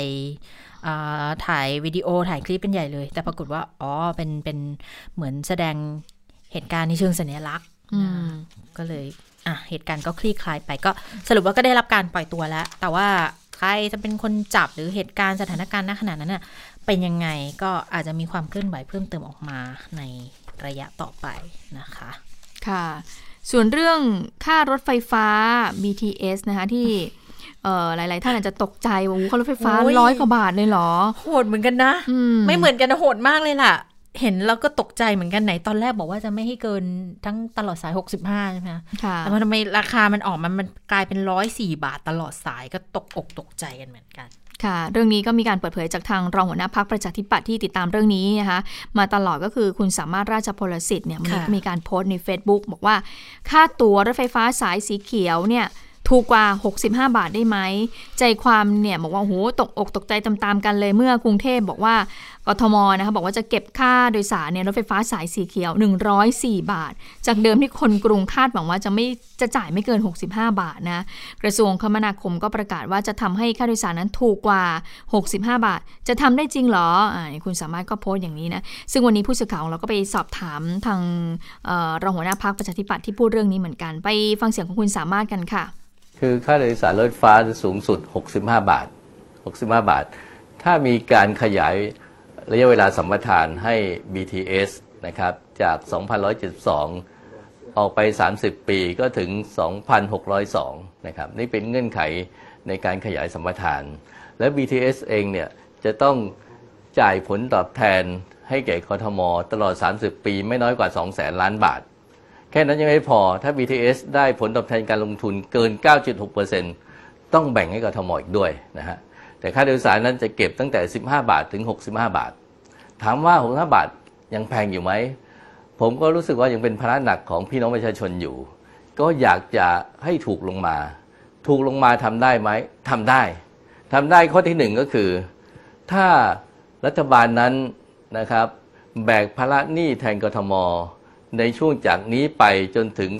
ถ่ายวิดีโอถ่ายคลิปเป็นใหญ่เลยแต่ปรากฏว่าเป็นเหมือนแสดงเหตุการณ์ในเชิงสัญลักษณ์ก็เลยเหตุการณ์ก็คลี่คลายไปก็สรุปว่าก็ได้รับการปล่อยตัวแล้วแต่ว่าใครจะเป็นคนจับหรือเหตุการณ์สถานการณ์ณขณะนั้นน่ะเป็นยังไงก็อาจจะมีความเคลื่อนไหวเพิ่มเติมออกมาในระยะต่อไปนะคะค่ะส่วนเรื่องค่ารถไฟฟ้า BTS นะคะที่หลายๆท่านอาจจะตกใจว่าค่ารถไฟฟ้า100 กว่าบาทเลยเหรอโหดเหมือนกันนะไม่เหมือนกันนะโหดมากเลยล่ะเห็นแล้วก็ตกใจเหมือนกันไหนตอนแรกบอกว่าจะไม่ให้เกินทั้งตลอดสาย65ใช่ไหมคะแต่ทำไมราคามันออกมันกลายเป็น104 บาทตลอดสายก็ตกอกตกใจกันเหมือนกันค่ะเรื่องนี้ก็มีการเปิดเผยจากทางรองหัวหน้าพรรคประชาธิปัตย์ที่ติดตามเรื่องนี้นะคะมาตลอดก็คือคุณสามารถราชพลสิทธิ์เนี่ยมีการโพสต์ใน Facebook บอกว่าค่าตั๋วรถไฟฟ้าสายสีเขียวเนี่ยถูกกว่า65 บาทได้ไหมใจความเนี่ยบอกว่าโหตกอกตกใจตามๆกันเลยเมื่อกรุงเทพบอกว่ากทมนะคะบอกว่าจะเก็บค่าโดยสารเนี่ยรถไฟฟ้าสายสีเขียว104 บาทจากเดิมที่คนกรุงคาดหวังว่าจะจ่ายไม่เกิน65 บาทนะกระทรวงคมนาคมก็ประกาศว่าจะทำให้ค่าโดยสารนั้นถูกกว่า65 บาทจะทำได้จริงเหรอคุณสามารถก็โพสต์อย่างนี้นะซึ่งวันนี้ผู้สื่อข่าวของเราก็ไปสอบถามทางรองหัวหน้าพรรคประชาธิปัตย์ที่พูดเรื่องนี้เหมือนกันไปฟังเสียงของคุณสามารถกันค่ะคือค่าโดยสารรถไฟฟ้าสูงสุด65 บาท65 บาทถ้ามีการขยายระยะเวลาสัมปทานให้ BTS นะครับจาก 2,172 ออกไป30 ปีก็ถึง 2,602 นะครับนี่เป็นเงื่อนไขในการขยายสัมปทานและ BTS เองเนี่ยจะต้องจ่ายผลตอบแทนให้แก่กทมตลอด30 ปีไม่น้อยกว่า 200,000 ล้านบาทแค่นั้นยังไม่พอถ้า BTS ได้ผลตอบแทนการลงทุนเกิน 9.6% ต้องแบ่งให้กทมอีกด้วยนะฮะแต่ค่าโดยสารนั้นจะเก็บตั้งแต่15 บาทถึง65 บาทถามว่า65 บาทยังแพงอยู่ไหมผมก็รู้สึกว่ายังเป็นภาระหนักของพี่น้องประชาชนอยู่ก็อยากจะให้ถูกลงมาทำได้ไหมทำได้ข้อที่1ก็คือถ้ารัฐบาลนั้นนะครับแบกภาระหนี้แทนกทมในช่วงจากนี้ไปจนถึง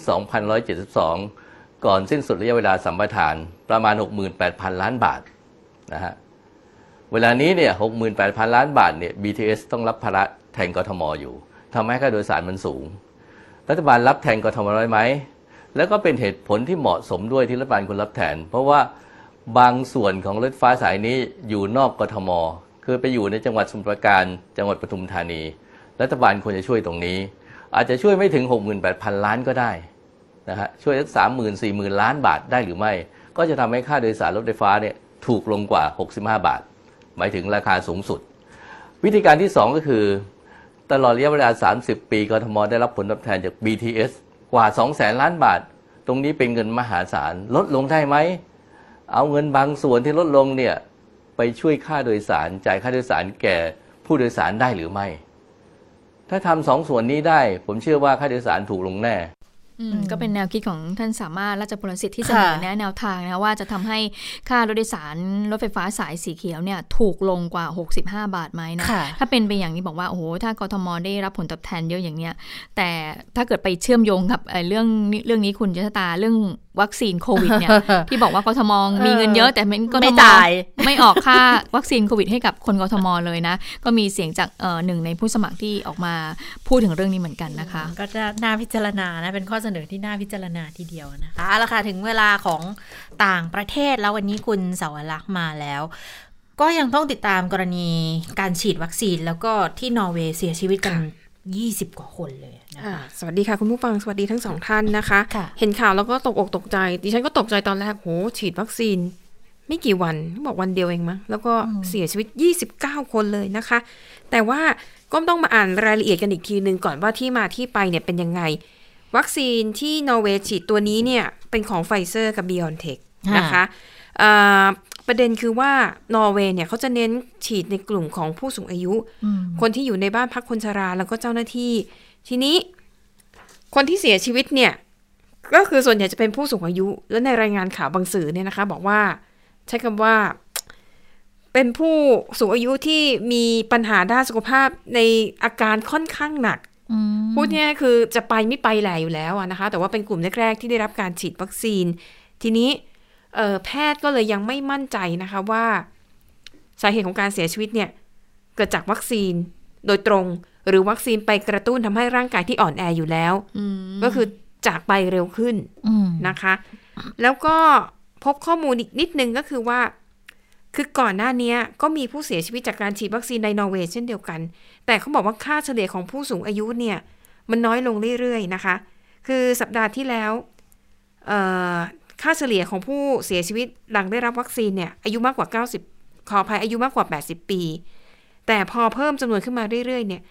2,172 ก่อนสิ้นสุดระยะเวลาสัมปทานประมาณ 68,000 ล้านบาทนะฮะเวลานี้เนี่ย 68,000 ล้านบาทเนี่ย BTS ต้องรับภาระแทนกทมอยู่ทำให้ค่าโดยสารมันสูงรัฐบาลรับแทนกทมได้ไหมแล้วก็เป็นเหตุผลที่เหมาะสมด้วยที่รัฐบาลควรรับแทนเพราะว่าบางส่วนของรถไฟฟ้าสายนี้อยู่นอกกทมคือไปอยู่ในจังหวัดสมุทรปราการจังหวัดปทุมธานีรัฐบาลควรจะช่วยตรงนี้อาจจะช่วยไม่ถึง 68,000 ล้านก็ได้นะฮะช่วยสัก 30,000-40,000 ล้านบาทได้หรือไม่ก็จะทำให้ค่าโดยสารรถไฟฟ้าเนี่ยถูกลงกว่า65 บาทหมายถึงราคาสูงสุดวิธีการที่2ก็คือตลอดระยะเวลา30 ปีกทมได้รับผลตอบแทนจาก BTS กว่า 200,000 ล้านบาทตรงนี้เป็นเงินมหาศาลลดลงได้ไหมเอาเงินบางส่วนที่ลดลงเนี่ยไปช่วยค่าโดยสารจ่ายค่าโดยสารแก่ผู้โดยสารได้หรือไม่ถ้าทำ2 ส่วนนี้ได้ผมเชื่อว่าค่าโดยสารถูกลงแน่ก็เป็นแนวคิดของท่านสามารถราชพลสิทธิ์ที่เสนอแนวทางนะว่าจะทำให้ค่ารถโดยสารรถไฟฟ้าสายสีเขียวเนี่ยถูกลงกว่า65 บาทไหมนะถ้าเป็นไปอย่างนี้บอกว่าโอ้โหถ้ากทมได้รับผลตอบแทนเยอะอย่างเนี้ยแต่ถ้าเกิดไปเชื่อมโยงกับเรื่องนี้คุณชะตาเรื่องวัคซีนโควิดเนี่ยที่บอกว่ากทมมีเงินเยอะแต่กทมไม่ออกค่าวัคซีนโควิดให้กับคนกทมเลยนะก็มีเสียงจากหนึ่งในผู้สมัครที่ออกมาพูดถึงเรื่องนี้เหมือนกันนะคะก็จะน่าพิจารณานะเป็นข้อเสนอที่น่าพิจารณาทีเดียวนะคะเอาละค่ะถึงเวลาของต่างประเทศแล้ววันนี้คุณเสาวลักษณ์มาแล้วก็ยังต้องติดตามกรณีการฉีดวัคซีนแล้วก็ที่นอร์เวย์เสียชีวิตกัน20 กว่าคนเลยนะคะสวัสดีค่ะคุณผู้ฟังสวัสดีทั้ง2 ท่านนะคะเห็นข่าวแล้วก็ตกอกตกใจดิฉันก็ตกใจตอนแรกโหฉีดวัคซีนไม่กี่วันบอกวันเดียวเองมั้งแล้วก็เสียชีวิต29 คนเลยนะคะแต่ว่าก็ต้องมาอ่านรายละเอียดกันอีกทีนึงก่อนว่าที่มาที่ไปเนี่ยเป็นยังไงวัคซีนที่นอร์เวย์ฉีดตัวนี้เนี่ยเป็นของไฟเซอร์กับ BioNTech นะคะประเด็นคือว่านอร์เวย์เนี่ยเขาจะเน้นฉีดในกลุ่มของผู้สูงอายุคนที่อยู่ในบ้านพักคนชราแล้วก็เจ้าหน้าที่ทีนี้คนที่เสียชีวิตเนี่ยก็คือส่วนใหญ่จะเป็นผู้สูงอายุแล้วในรายงานข่าวบางสื่อเนี่ยนะคะบอกว่าใช้คำว่าเป็นผู้สูงอายุที่มีปัญหาด้านสุขภาพในอาการค่อนข้างหนักพูดง่ายๆคือจะไปไม่ไปแหละอยู่แล้วนะคะแต่ว่าเป็นกลุ่มแรกๆที่ได้รับการฉีดวัคซีนทีนี้แพทย์ก็เลยยังไม่มั่นใจนะคะว่าสาเหตุของการเสียชีวิตเนี่ยเกิดจากวัคซีนโดยตรงหรือวัคซีนไปกระตุ้นทำให้ร่างกายที่อ่อนแออยู่แล้วก็คือจากไปเร็วขึ้นนะคะแล้วก็พบข้อมูลอีกนิดนึงก็คือว่าคือก่อนหน้านี้ก็มีผู้เสียชีวิตจากการฉีดวัคซีนในนอร์เวย์เช่นเดียวกันแต่เขาบอกว่าค่าเฉลี่ยของผู้สูงอายุเนี่ยมันน้อยลงเรื่อยๆนะคะคือสัปดาห์ที่แล้วค่าเฉลี่ยของผู้เสียชีวิตหลังได้รับวัคซีนเนี่ยอายุมากกว่า90ขออภัยอายุมากกว่า80 ปีแต่พอเพิ่มจำนวนขึ้นมาเรื่อยๆเนี่ย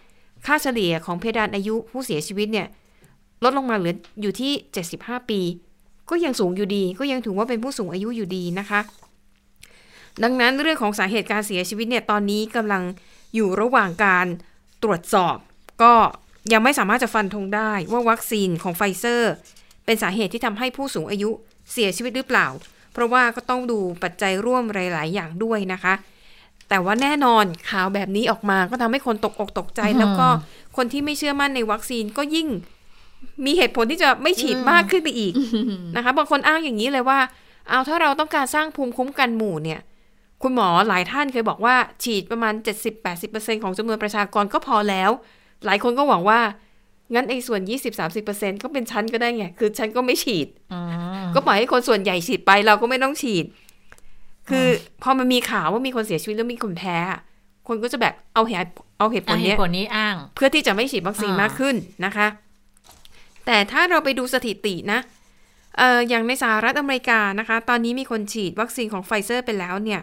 ค่าเฉลี่ยของเพดานอายุผู้เสียชีวิตเนี่ยลดลงมาเหลืออยู่ที่75ปีก็ยังสูงอยู่ดีก็ยังถือว่าเป็นผู้สูงอายุอยู่ดีนะคะดังนั้นเรื่องของสาเหตุการเสียชีวิตเนี่ยตอนนี้กำลังอยู่ระหว่างการตรวจสอบก็ยังไม่สามารถจะฟันธงได้ว่าวัคซีนของไฟเซอร์เป็นสาเหตุที่ทำให้ผู้สูงอายุเสียชีวิตหรือเปล่าเพราะว่าก็ต้องดูปัจจัยร่วมหลายๆอย่างด้วยนะคะแต่ว่าแน่นอนข่าวแบบนี้ออกมาก็ทำให้คนตกอกตกใจแล้วก็คนที่ไม่เชื่อมั่นในวัคซีนก็ยิ่งมีเหตุผลที่จะไม่ฉีดมากขึ้นไปอีกนะคะบางคนอ้างอย่างนี้เลยว่าเอาถ้าเราต้องการสร้างภูมิคุ้มกันหมู่เนี่ยคุณหมอหลายท่านเคยบอกว่าฉีดประมาณ 70-80% ของจำนวนประชากรก็พอแล้วหลายคนก็หวังว่างั้นไอ้ส่วน 20-30% ก็เป็นชั้นก็ได้ไงคือฉันก็ไม่ฉีดก็ปล่อยให้คนส่วนใหญ่ฉีดไปเราก็ไม่ต้องฉีดคือพอมันมีข่าวว่ามีคนเสียชีวิตแล้วมีคนแพ้คนก็จะแบบเอาเหตุผลนี้อ้างเพื่อที่จะไม่ฉีดวัคซีนมากขึ้นนะคะแต่ถ้าเราไปดูสถิตินะอย่างในสหรัฐอเมริกานะคะตอนนี้มีคนฉีดวัคซีนของไฟเซอร์ไปแล้วเนี่ย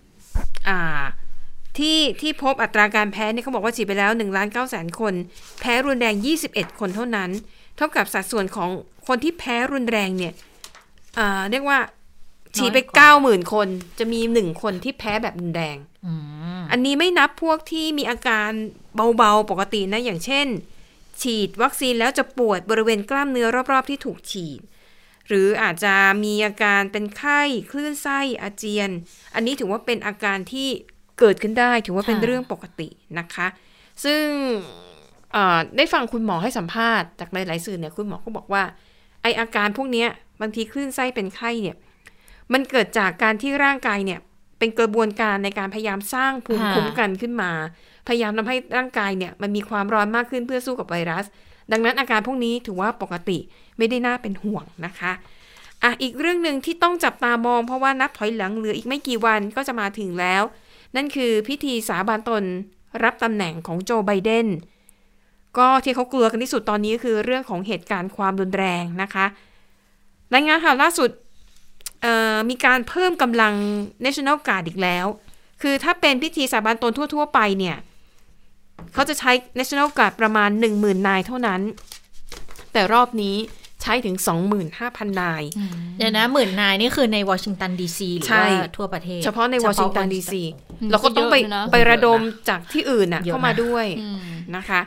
ที่พบอัตราการแพ้เนี่ยเขาบอกว่าฉีดไปแล้ว 1,900,000 คนแพ้รุนแรง21คนเท่านั้นเท่ากับสัดส่วนของคนที่แพ้รุนแรงเนี่ยเรียกว่าฉีดไป 90,000 คนจะมี1คนที่แพ้แบบรุนแรงอันนี้ไม่นับพวกที่มีอาการเบาๆปกตินะอย่างเช่นฉีดวัคซีนแล้วจะปวดบริเวณกล้ามเนื้อรอบๆที่ถูกฉีดหรืออาจจะมีอาการเป็นไข้คลื่นไส้อาเจียนอันนี้ถือว่าเป็นอาการที่เกิดขึ้นได้ถือว่าเป็นเรื่องปกตินะคะซึ่งได้ฟังคุณหมอให้สัมภาษณ์จากหลายๆสื่อเนี่ยคุณหมอก็บอกว่าไออาการพวกนี้บางทีคลื่นไส้เป็นไข้เนี่ยมันเกิดจากการที่ร่างกายเนี่ยเป็นกระบวนการในการพยายามสร้างภูมิคุ้มกันขึ้นมาพยายามทำให้ร่างกายเนี่ยมันมีความร้อนมากขึ้นเพื่อสู้กับไวรัสดังนั้นอาการพวกนี้ถือว่าปกติไม่ได้น่าเป็นห่วงนะคะอีกเรื่องนึงที่ต้องจับตามองเพราะว่านับถอยหลังเหลืออีกไม่กี่วันก็จะมาถึงแล้วนั่นคือพิธีสาบานตนรับตำแหน่งของโจไบเดนก็ที่เขากลัวกันที่สุดตอนนี้คือเรื่องของเหตุการณ์ความรุนแรงนะคะรายงานข่าวล่าสุดมีการเพิ่มกำลัง National Guard อีกแล้วคือถ้าเป็นพิธีสาบานตนทั่วๆไปเนี่ยเขาจะใช้ National Guard ประมาณ 10,000 นายเท่านั้นแต่รอบนี้ใช้ถึง 25,000 นายเดี๋ยวนะ10,000 นายนี่คือในวอชิงตันดีซีหรือว่าทั่วประเทศเฉพาะในวอชิงตันดีซีเราก็ต้องไประดมจากที่อื่นน่ะเข้ามาด้วยนะคะ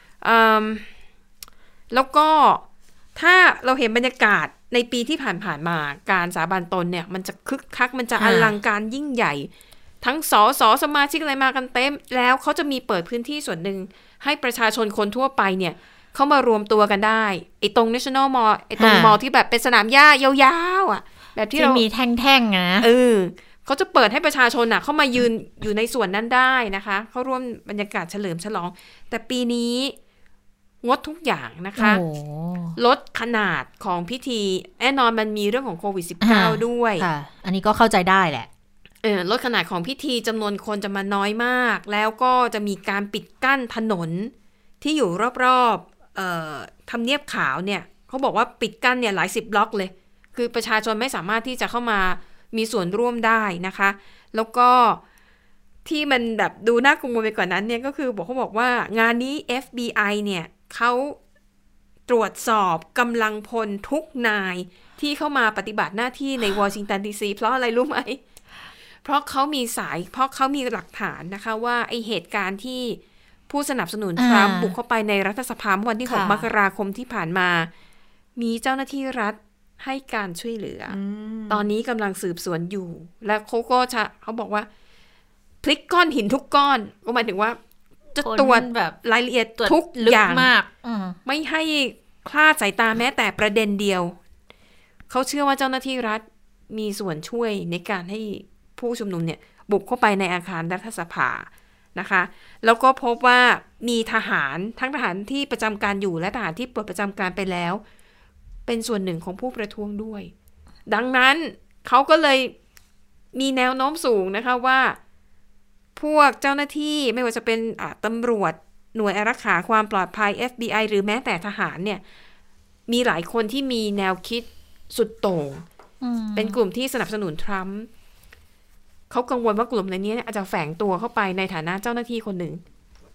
แล้วก็ถ้าเราเห็นบรรยากาศในปีที่ผ่านมาการสาบานตนเนี่ยมันจะคึกคักมันจะอลังการยิ่งใหญ่ทั้งสมาชิกอะไรมากันเต็มแล้วเขาจะมีเปิดพื้นที่ส่วนหนึ่งให้ประชาชนคนทั่วไปเนี่ยเข้ามารวมตัวกันได้ไอ้ตรง National Mall ไอ้ตรงมอลที่แบบเป็นสนามหญ้ายาวๆอ่ะแบบที่เรามีแท่งๆนะเขาจะเปิดให้ประชาชนเข้ามายืนอยู่ในส่วนนั้นได้นะคะเขาร่วมบรรยากาศเฉลิมฉลองแต่ปีนี้งดทุกอย่างนะคะลดขนาดของพิธีแน่นอนมันมีเรื่องของโควิด -19 ด้วยอันนี้ก็เข้าใจได้แหละลดขนาดของพิธีจำนวนคนจะมาน้อยมากแล้วก็จะมีการปิดกั้นถนนที่อยู่รอบๆทำเนียบขาวเนี่ยเขาบอกว่าปิดกั้นเนี่ยหลาย10 บล็อกเลยคือประชาชนไม่สามารถที่จะเข้ามามีส่วนร่วมได้นะคะแล้วก็ที่มันแบบดูน่ากังวลไปกว่านั้นเนี่ยก็คือเขาบอกว่างานนี้ FBI เนี่ยเขาตรวจสอบกำลังพลทุกนายที่เข้ามาปฏิบัติหน้าที่ในวอชิงตันดีซีเพราะอะไรรู้ไหมเพราะเขามีหลักฐานนะคะว่าไอเหตุการณ์ที่ผู้สนับสนุนทรัมป์บุกเข้าไปในรัฐสภาวันที่6 มกราคมที่ผ่านมามีเจ้าหน้าที่รัฐให้การช่วยเหลือตอนนี้กำลังสืบสวนอยู่และเขาบอกว่าพลิกก้อนหินทุกก้อนก็หมายถึงว่าจะตรวจแบบรายละเอียดทุกอย่างไม่ให้คลาดสายตาแม้แต่ประเด็นเดียวเขาเชื่อว่าเจ้าหน้าที่รัฐมีส่วนช่วยในการให้ผู้ชุมนุมเนี่ยบุกเข้าไปในอาคารรัฐสภานะคะแล้วก็พบว่ามีทหารทั้งทหารที่ประจำการอยู่และทหารที่ปลดประจำการไปแล้วเป็นส่วนหนึ่งของผู้ประท้วงด้วยดังนั้นเขาก็เลยมีแนวโน้มสูงนะคะว่าพวกเจ้าหน้าที่ไม่ว่าจะเป็นตำรวจหน่วยอารักขาความปลอดภัย FBI หรือแม้แต่ทหารเนี่ยมีหลายคนที่มีแนวคิดสุดโต่งเป็นกลุ่มที่สนับสนุนทรัมป์เขากังวลว่ากลุ่มในนี้อาจจะแฝงตัวเข้าไปในฐานะเจ้าหน้าที่คนหนึ่ง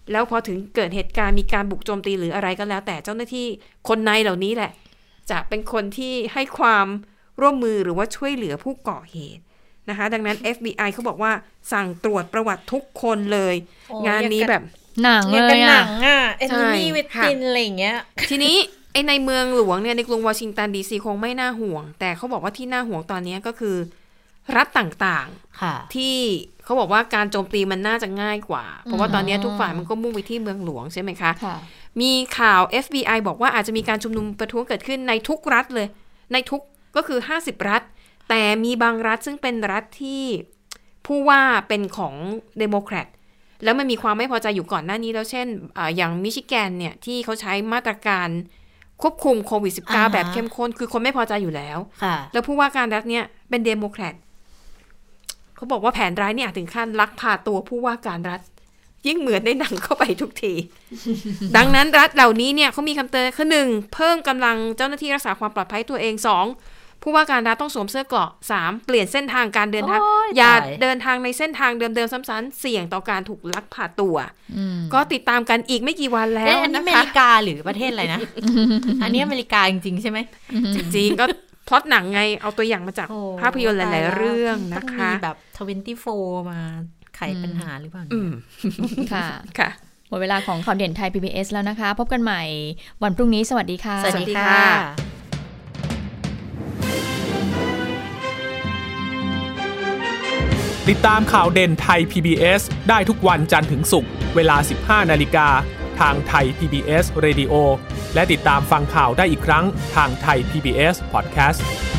แล้วพอถึงเกิดเหตุการณ์มีการบุกโจมตีหรืออะไรก็แล้วแต่เจ้าหน้าที่คนในเหล่านี้แหละจะเป็นคนที่ให้ความร่วมมือหรือว่าช่วยเหลือผู้ก่อเหตุนะคะดังนั้น FBI เขาบอกว่าสั่งตรวจประวัติทุกคนเลยงานนี้แบบหนังเลยเอ็นนี่วิตินอะไรอย่างเงี้ยทีนี้ไอ้ในเมืองหลวงเนี่ยในกรุงวอชิงตันดีซีคงไม่น่าห่วงแต่เขาบอกว่าที่น่าห่วงตอนนี้ก็คือรัฐต่างๆที่เขาบอกว่าการโจมตีมันน่าจะง่ายกว่าเพราะว่าตอนนี้ทุกฝ่ายมันก็มุ่งไปที่เมืองหลวงใช่ไหมคะมีข่าว FBI บอกว่าอาจจะมีการชุมนุมประท้วงเกิดขึ้นในทุกรัฐเลยในทุกก็คือ50รัฐแต่มีบางรัฐซึ่งเป็นรัฐที่ผู้ว่าเป็นของเดโมแครตแล้วมันมีความไม่พอใจอยู่ก่อนหน้านี้แล้วเช่นอย่างมิชิแกนเนี่ยที่เขาใช้มาตรการควบคุมโควิด -19 แบบเข้มข้นคือคนไม่พอใจอยู่แล้วแล้วผู้ว่าการรัฐเนี่ยเป็นเดโมแครตเขาบอกว่าแผนร้ายเนี่ยถึงขั้นลักพาตัวผู้ว่าการรัฐยิ่งเหมือนในหนังเข้าไปทุกที ดังนั้นรัฐเหล่านี้เนี่ยเขามีคำเตือนคือ 1. เพิ่มกำลังเจ้าหน้าที่รักษาความปลอดภัยตัวเอง 2. ผู้ว่าการรัฐต้องสวมเสื้อเกราะ 3. เปลี่ยนเส้นทางการเดินทางอย่าเดินทางในเส้นทางเดิมๆซ้ำๆเสี่ยงต่อการถูกลักพาตัวก็ติดตามกันอีกไม่กี่วันแล้วนะคะอันนี้อเมริกาหรือประเทศอะไรนะ อันนี้อเมริกาจริงๆใช่ไหมจริงๆก็พล็อตหนังไงเอาตัวอย่างมาจากภาพยนตร์หลายๆเรื่องนะคะมีแบบ24มาไขปัญหาหรือเปล่าค่ะค่ะหมดเวลาของข่าวเด่นไทย PBS แล้วนะคะพบกันใหม่วันพรุ่งนี้สวัสดีค่ะสวัสดีค่ะติดตามข่าวเด่นไทย PBS ได้ทุกวันจันทร์ถึงศุกร์เวลา 15 นาฬิกาทางไทย PBS Radio และติดตามฟังข่าวได้อีกครั้งทางไทย PBS Podcast